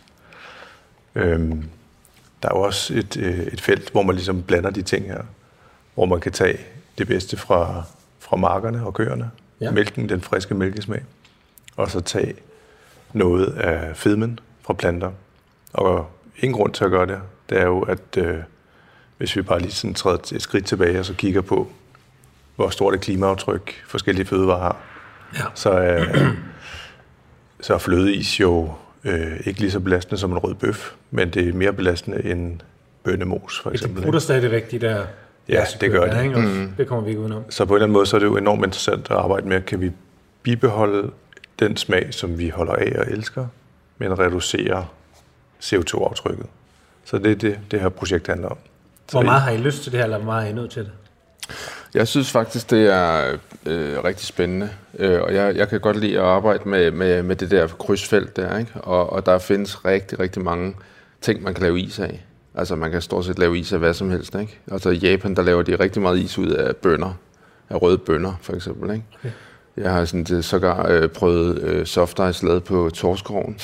Der er jo også et felt, hvor man ligesom blander de ting her. Hvor man kan tage det bedste fra markerne og køerne. Ja. Mælken, den friske mælkesmag. Og så tage noget af fedmen fra planter. Og en grund til at gøre det, det er jo, at hvis vi bare lige sådan træder et skridt tilbage og så kigger på, hvor stort et klimaaftryk forskellige fødevarer har, så er flødeis jo ikke lige så belastende som en rød bøf, men det er mere belastende end bønnemos, for eksempel. Det bruger stadigvæk de der... Ja, det gør det. Det kommer vi ikke udenom. Så på en eller anden måde, så er det jo enormt interessant at arbejde med, kan vi bibeholde den smag, som vi holder af og elsker, men reducere CO2-aftrykket. Så det er det her projekt handler om. Hvor meget har I lyst til det her, eller hvor meget er I nødt til det? Jeg synes faktisk, det er rigtig spændende, og jeg kan godt lide at arbejde med det der krydsfelt der, ikke? Og der findes rigtig, rigtig mange ting, man kan lave is af. Altså man kan stort set lave is af hvad som helst, ikke? Altså i Japan, der laver de rigtig meget is ud af bønner, af røde bønner for eksempel, ikke? Okay. Jeg har sådan sågar prøvet soft ice lavet på torskeroven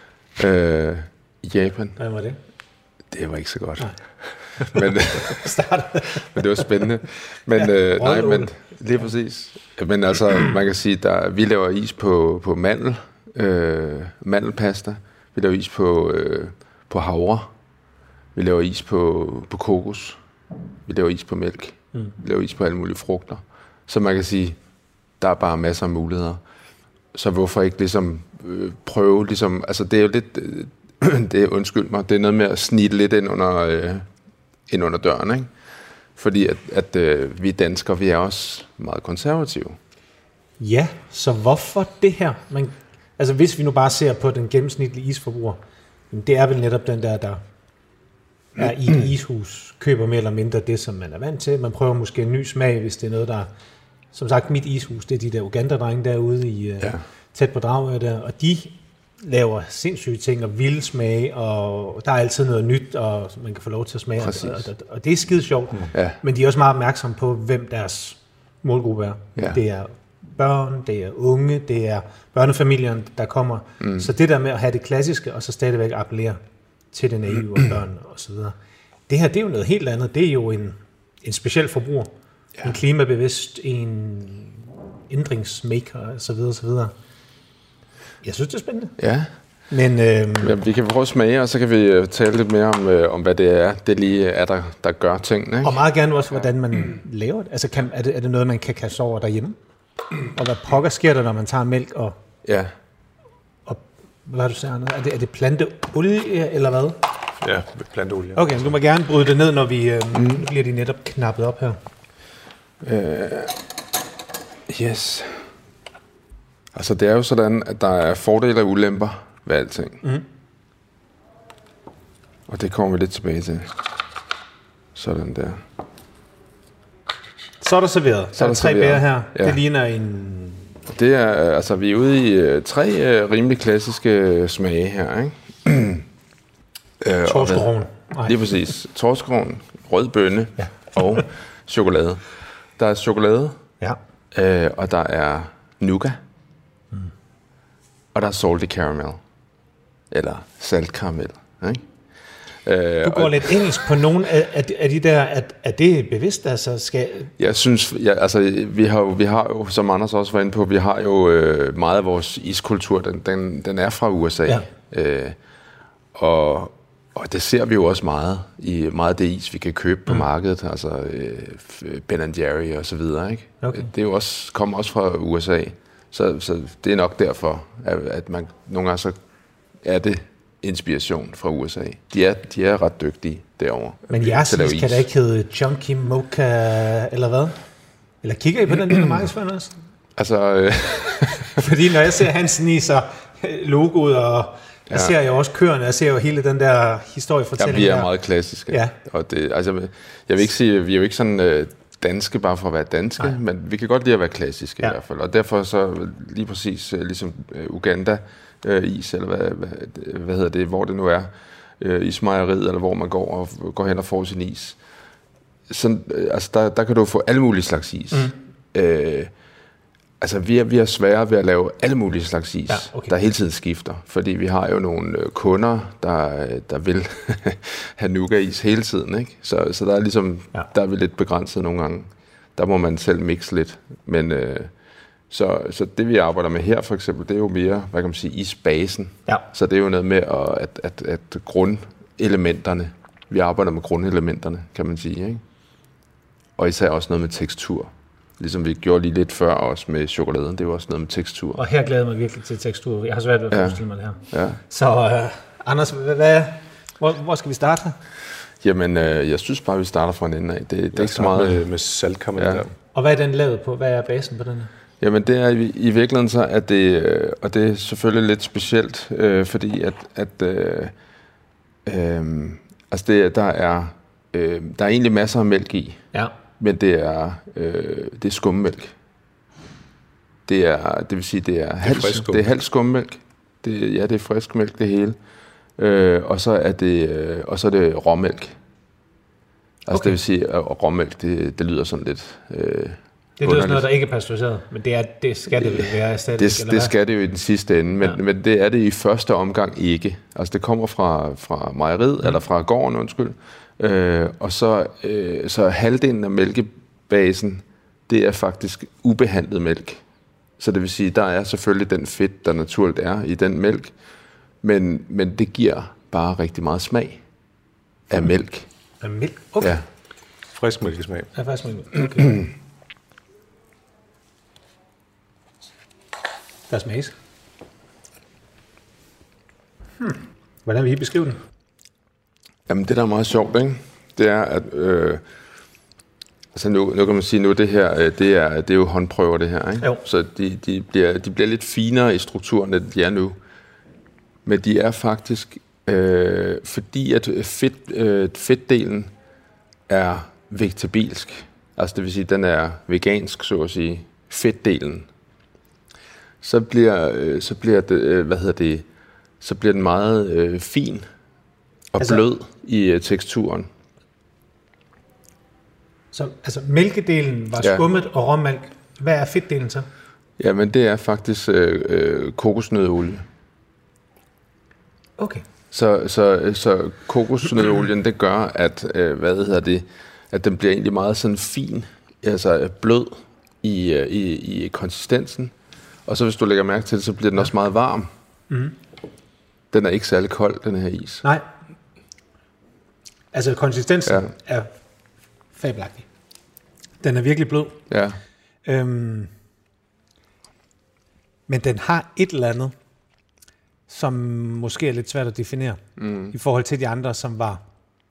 i Japan. Hvad var det? Det var ikke så godt. Men det var spændende. Men nej, men lige præcis. Men altså, man kan sige, vi laver is på mandelpasta. Vi laver is på havre. Vi laver is på kokos. Vi laver is på mælk. Vi laver is på alle mulige frugter. Så man kan sige, der er bare masser af muligheder. Så hvorfor ikke ligesom prøve, ligesom, altså det er jo lidt, undskyld mig, det er noget med at snige lidt ind under døren, ikke? Fordi at vi danskere, vi er også meget konservative. Ja, så hvorfor det her? Altså hvis vi nu bare ser på den gennemsnitlige isforbruger, det er vel netop den der er i et ishus, køber mere eller mindre det, som man er vant til. Man prøver måske en ny smag, hvis det er noget, der... Som sagt, mit ishus, det er de der Uganda-drenge derude i tæt på Dragør der, og de laver sindssyge ting og vilde smage, og der er altid noget nyt, og man kan få lov til at smage. Og det er skide sjovt. Ja. Men de er også meget opmærksomme på, hvem deres målgruppe er. Ja. Det er børn, det er unge, det er børnefamilierne, der kommer. Så det der med at have det klassiske, og så stadigvæk appellere til det naive og børn og så videre. Det her, det er jo noget helt andet. Det er jo en speciel forbruger. Ja. En klimabevidst, en ændringsmaker, og så videre, så videre. Jeg synes, det er spændende. Ja. Men vi kan prøve at smage, og så kan vi tale lidt mere om hvad det er, det lige er, der gør tingene. Ikke? Og meget gerne også, hvordan man laver det. Altså, er det noget, man kan kaste over derhjemme? Og hvad pokker sker der, når man tager mælk og... Ja. Og hvad du siger, Anders? Er det planteolie, eller hvad? Ja, planteolie. Okay, men du må gerne bryde det ned, når vi... Nu bliver de netop knappet op her. Yes. Altså, det er jo sådan, at der er fordele og ulemper ved alting. Og det kommer vi lidt tilbage til. Sådan der. Så er der serveret. Der er 3 bærer her. Ja. Det ligner en... Det er, altså, vi er ude i 3 rimelig klassiske smage her, ikke? Torskerovn. Lige præcis. Torskerovn, rød bønne og chokolade. Der er chokolade, og der er nougat, og der er salty caramel, eller saltkaramel, ikke? Du går lidt engelsk på nogle af de der, er det bevidst, altså skal... Jeg synes, vi har jo, som Anders også var inde på, vi har jo meget af vores iskultur, den er fra USA. Ja. Og det ser vi jo også meget i meget af det is, vi kan købe på markedet, altså Ben & Jerry og så videre, ikke? Okay. Det er jo også, kommer også fra USA, så det er nok derfor, at man nogle gange så er det inspiration fra USA. De er ret dygtige derovre. Men jeres is kan da ikke hedde Chunky Mocha, eller hvad? Eller kigger I på den lille markedsføring også? Altså... Fordi når jeg ser Hansen is og logoet, og jeg ser jo også køerne, jeg ser jo hele den der historiefortælling. Ja, vi er meget klassiske. Ja. Og det, altså, jeg vil ikke sige, vi er jo ikke sådan danske bare for at være danske, men vi kan godt lide at være klassiske i hvert fald. Og derfor så lige præcis ligesom Uganda is, eller hvad hedder det, hvor det nu er, ismejeriet, eller hvor man går hen og får sin is. Sådan, altså der kan du få alle mulige slags is. Altså, vi er svære ved at lave alle mulige slags is, der hele tiden skifter. Fordi vi har jo nogle kunder, der vil have nougat-is hele tiden, ikke? Så der er ligesom, der er vi lidt begrænset nogle gange. Der må man selv mixe lidt. Men så det, vi arbejder med her, for eksempel, det er jo mere, hvad kan man sige, isbasen. Ja. Så det er jo noget med, at grundelementerne, vi arbejder med grundelementerne, kan man sige, ikke? Og især også noget med tekstur. Ligesom vi gjorde lige lidt før også med chokoladen, det er jo også noget med tekstur. Og her glæder jeg mig virkelig til tekstur. Jeg har svært ved at forestille mig det her. Ja. Så Anders, hvor skal vi starte her? Jamen, jeg synes bare, vi starter fra en ende af. Det er ikke så meget med saltkaramel der. Og hvad er den lavet på? Hvad er basen på den her? Jamen, det er i virkeligheden så, at det, og det er selvfølgelig lidt specielt, fordi altså der er egentlig masser af mælk i. Ja. Men det er skummælk. Det vil sige, det er halv skummælk. Det er frisk mælk, det hele. Og så er det råmælk. Altså det vil sige, at råmælk, det lyder sådan lidt det lyder sådan noget, der ikke er pasteuriseret, men det skal det være stadig. Det skal det jo i den sidste ende, men det er det i første omgang ikke. Altså det kommer fra mejeriet, eller fra gården, undskyld. Og så halvdelen af mælkebasen, det er faktisk ubehandlet mælk. Så det vil sige, der er selvfølgelig den fedt, der naturligt er i den mælk, men det giver bare rigtig meget smag af mælk. Af mælk? Okay. Ja. Frisk mælkesmag. Ja, frisk mælkesmag. Okay. Der smages. Hvordan vil I beskrive den? Jamen, det der er meget sjovt, ikke? Det er, at altså nu kan man sige, det her, det er jo håndprøver, det her, ikke? Jo. Så de bliver lidt finere i strukturen, end de er nu. Men de er faktisk, fordi at fedtdelen er vegetabilsk, altså det vil sige, den er vegansk, så at sige, fedtdelen, så bliver det, så bliver den meget fin og blød i teksturen. Så altså mælkedelen var skummet og råmælk. Hvad er fedtdelen så? Jamen, det er faktisk kokosnøddeolie. Okay. Så kokosnøddeolien, det gør, at at den bliver egentlig meget sådan fin, altså blød i konsistensen. Og så hvis du lægger mærke til det, så bliver den også meget varm. Mm. Den er ikke særlig kold, den her is. Nej. Altså konsistensen er fabelagtig. Den er virkelig blød. Ja. Men den har et eller andet, som måske er lidt svært at definere, i forhold til de andre, som var...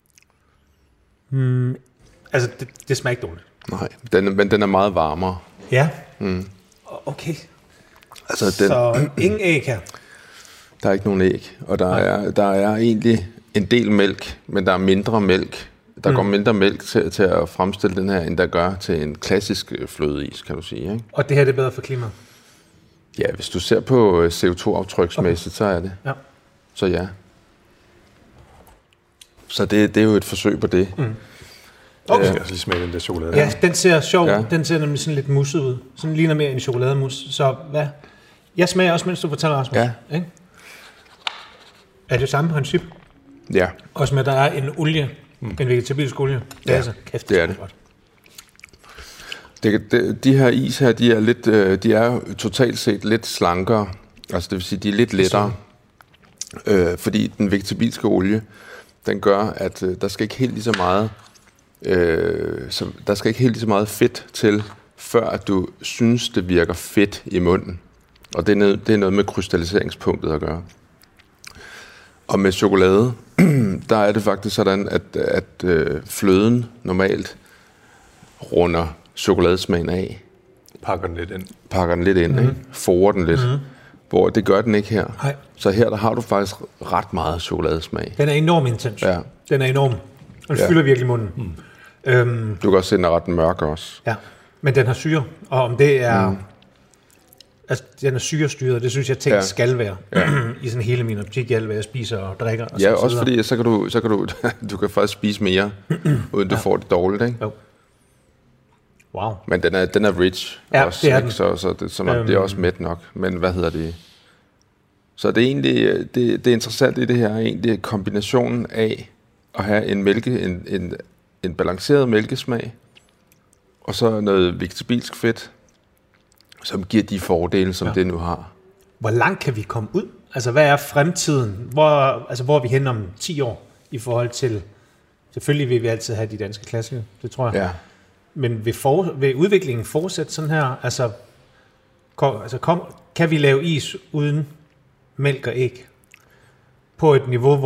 altså, det smager ikke dårligt. Nej, men den er meget varmere. Ja. Okay. Altså, så ingen æg her? Der er ikke nogen æg, og der er egentlig en del mælk, men der er mindre mælk. Der går mindre mælk til at fremstille den her, end der gør til en klassisk flødeis, kan du sige. Ikke? Og det her det er bedre for klimaet? Ja, hvis du ser på CO2-aftryksmæssigt, så er det. Ja. Så ja. Så det er jo et forsøg på det. Okay. Jeg skal lige smage den der chokolade. Ja, den ser sjov. Ja. Den ser nemlig sådan lidt musset ud. Sådan ligner mere en chokolademus. Så hvad? Jeg smager også, mens du fortæller, Rasmus. Ja. Ikke? Er det samme princip? Ja. Også med, at der er en olie, en vegetabilsk olie. Det er altså kæft, det er det. De her is her, de er totalt set lidt slankere. Altså det vil sige, de er lidt lettere. Fordi den vegetabilske olie, den gør, at der skal ikke helt lige så meget fedt til, før at du synes, det virker fedt i munden. Og det er noget med krystalliseringspunktet at gøre. Og med chokolade, der er det faktisk sådan, at fløden normalt runder chokoladesmagen af. Pakker den lidt ind, ikke? Forer den lidt. Hvor det gør den ikke her. Nej. Så her der har du faktisk ret meget chokoladesmag. Den er enormt intens. Ja. Den er enorm. Den fylder virkelig munden. Du kan også se, den er ret mørk også. Ja, men den har syre. Og om det er... Altså, den er syrestyret, det synes jeg ting skal være. I sådan hele min optik, i alt hvad jeg spiser og drikker. Og ja, også fordi så kan du kan faktisk spise mere, uden du får det dårligt, ikke? Jo. Wow. Men den er rich også, det er ikke? Så man bliver også mæt nok. Men hvad hedder det? Så det er egentlig det interessante i det her er egentlig kombinationen af at have en balanceret mælkesmag og så noget vegetabilsk fedt, som giver de fordele, som det nu har. Hvor langt kan vi komme ud? Altså, hvad er fremtiden? Hvor er vi hen om 10 år i forhold til... Selvfølgelig vil vi altid have de danske klassikere, det tror jeg. Ja. Men vil udviklingen fortsætte sådan her? Altså, kan vi lave is uden mælk og æg? På et niveau,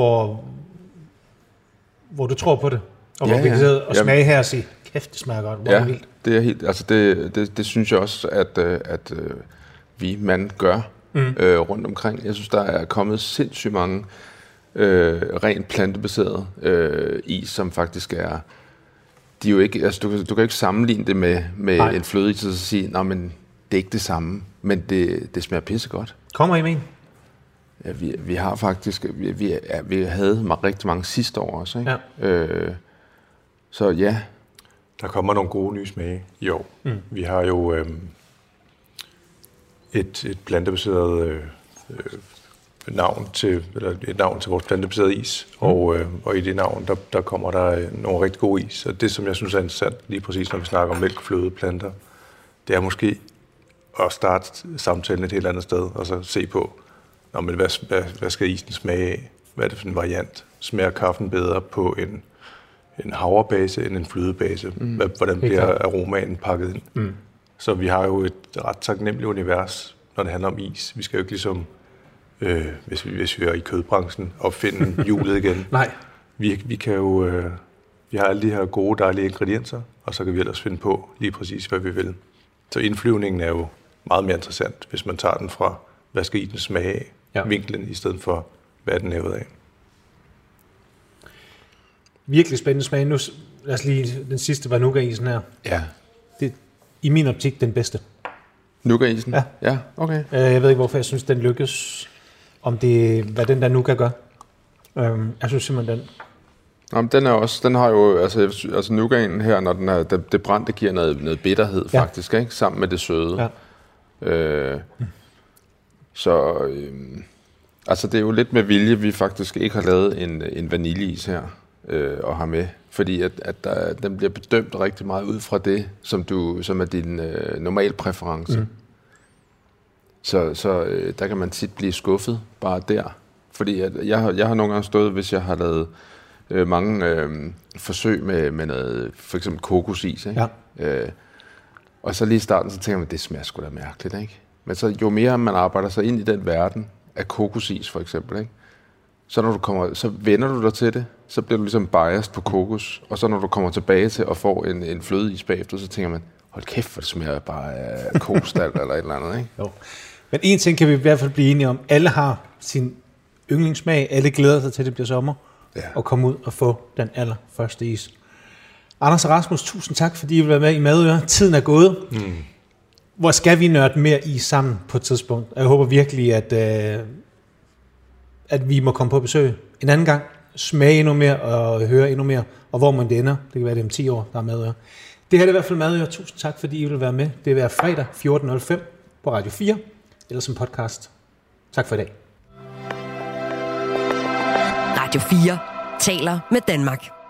hvor du tror på det? Og hvor vi kan sidde og smage her og sige, kæft, det smager godt. Hvor vildt. Det er helt, altså det synes jeg også, at man gør rundt omkring. Jeg synes, der er kommet sindssygt mange rent plantebaserede is, som faktisk er... De er jo ikke, altså du kan ikke sammenligne det med en flødeis og sige, nej, men det er ikke det samme, men det smager pissegodt. Kommer I med en? Ja, vi har faktisk... Vi havde rigtig mange sidste år også, ikke? Ja. Så ja... Der kommer nogle gode nye smage i år. Vi har jo et plantebaseret navn til vores plantebaserede is, og i det navn, der kommer der nogle rigtig gode is. Og det, som jeg synes er interessant, lige præcis når vi snakker om mælk, fløde, planter, det er måske at starte samtalen et helt andet sted, og så se på, men hvad skal isen smage af? Hvad er det for en variant? Smager kaffen bedre på en havrebase end en flydebase? Hvordan bliver aromaen pakket ind? Så vi har jo et ret taknemmeligt univers, når det handler om is. Vi skal jo ikke ligesom, hvis vi er i kødbranchen, opfinde hjulet igen. Nej. Vi kan jo, vi har alle de her gode, dejlige ingredienser, og så kan vi ellers finde på lige præcis, hvad vi vil. Så indflyvningen er jo meget mere interessant, hvis man tager den fra, hvad skal isen smage af, vinklen, i stedet for, hvad er den lavet af. Virkelig spændende smag. Nu, lad os lige, den sidste var nougat-isen her. Ja. Det er i min optik den bedste. Nougat-isen? Ja. Ja, okay. Jeg ved ikke, hvorfor jeg synes, den lykkes om det, hvad den der nu kan gøre. Jeg synes simpelthen, Jamen, den har jo, altså nougaten her, når den er, det brændte giver noget bitterhed faktisk, ikke? Sammen med det søde. Ja. Altså det er jo lidt med vilje, vi faktisk ikke har lavet en vaniljeis her og har med, fordi at den bliver bedømt rigtig meget ud fra det, som er din normal præference. Så der kan man tit blive skuffet bare der, fordi at jeg har nogle gange stået, hvis jeg har lavet mange forsøg med noget, for eksempel kokosis, ikke? Ja. Og så lige i starten, så tænker man, det smager sgu da mærkeligt, ikke? Men så jo mere man arbejder sig ind i den verden af kokosis, for eksempel, ikke? Så når du kommer, så vender du dig til det, så bliver du ligesom biased på kokos, og så når du kommer tilbage til at få en flødeis bagefter, så tænker man, hold kæft, hvor det smager bare af kokostal eller et eller andet, ikke? Jo. Men en ting kan vi i hvert fald blive enige om, alle har sin yndlingssmag, alle glæder sig til, det bliver sommer, og komme ud og få den allerførste is. Anders og Rasmus, tusind tak, fordi I vil være med i Madøre. Tiden er gået. Hvor skal vi nørde mere is sammen på et tidspunkt? Jeg håber virkelig, at vi må komme på besøg en anden gang, smage endnu mere og høre endnu mere, og hvor man det ender. Det kan være det om 10 år, der er Madøre. Det her er i hvert fald Madøre. Tusind tak, fordi I vil være med. Det vil være fredag 14.05 på Radio 4, eller som podcast. Tak for i dag. Radio 4 taler med Danmark.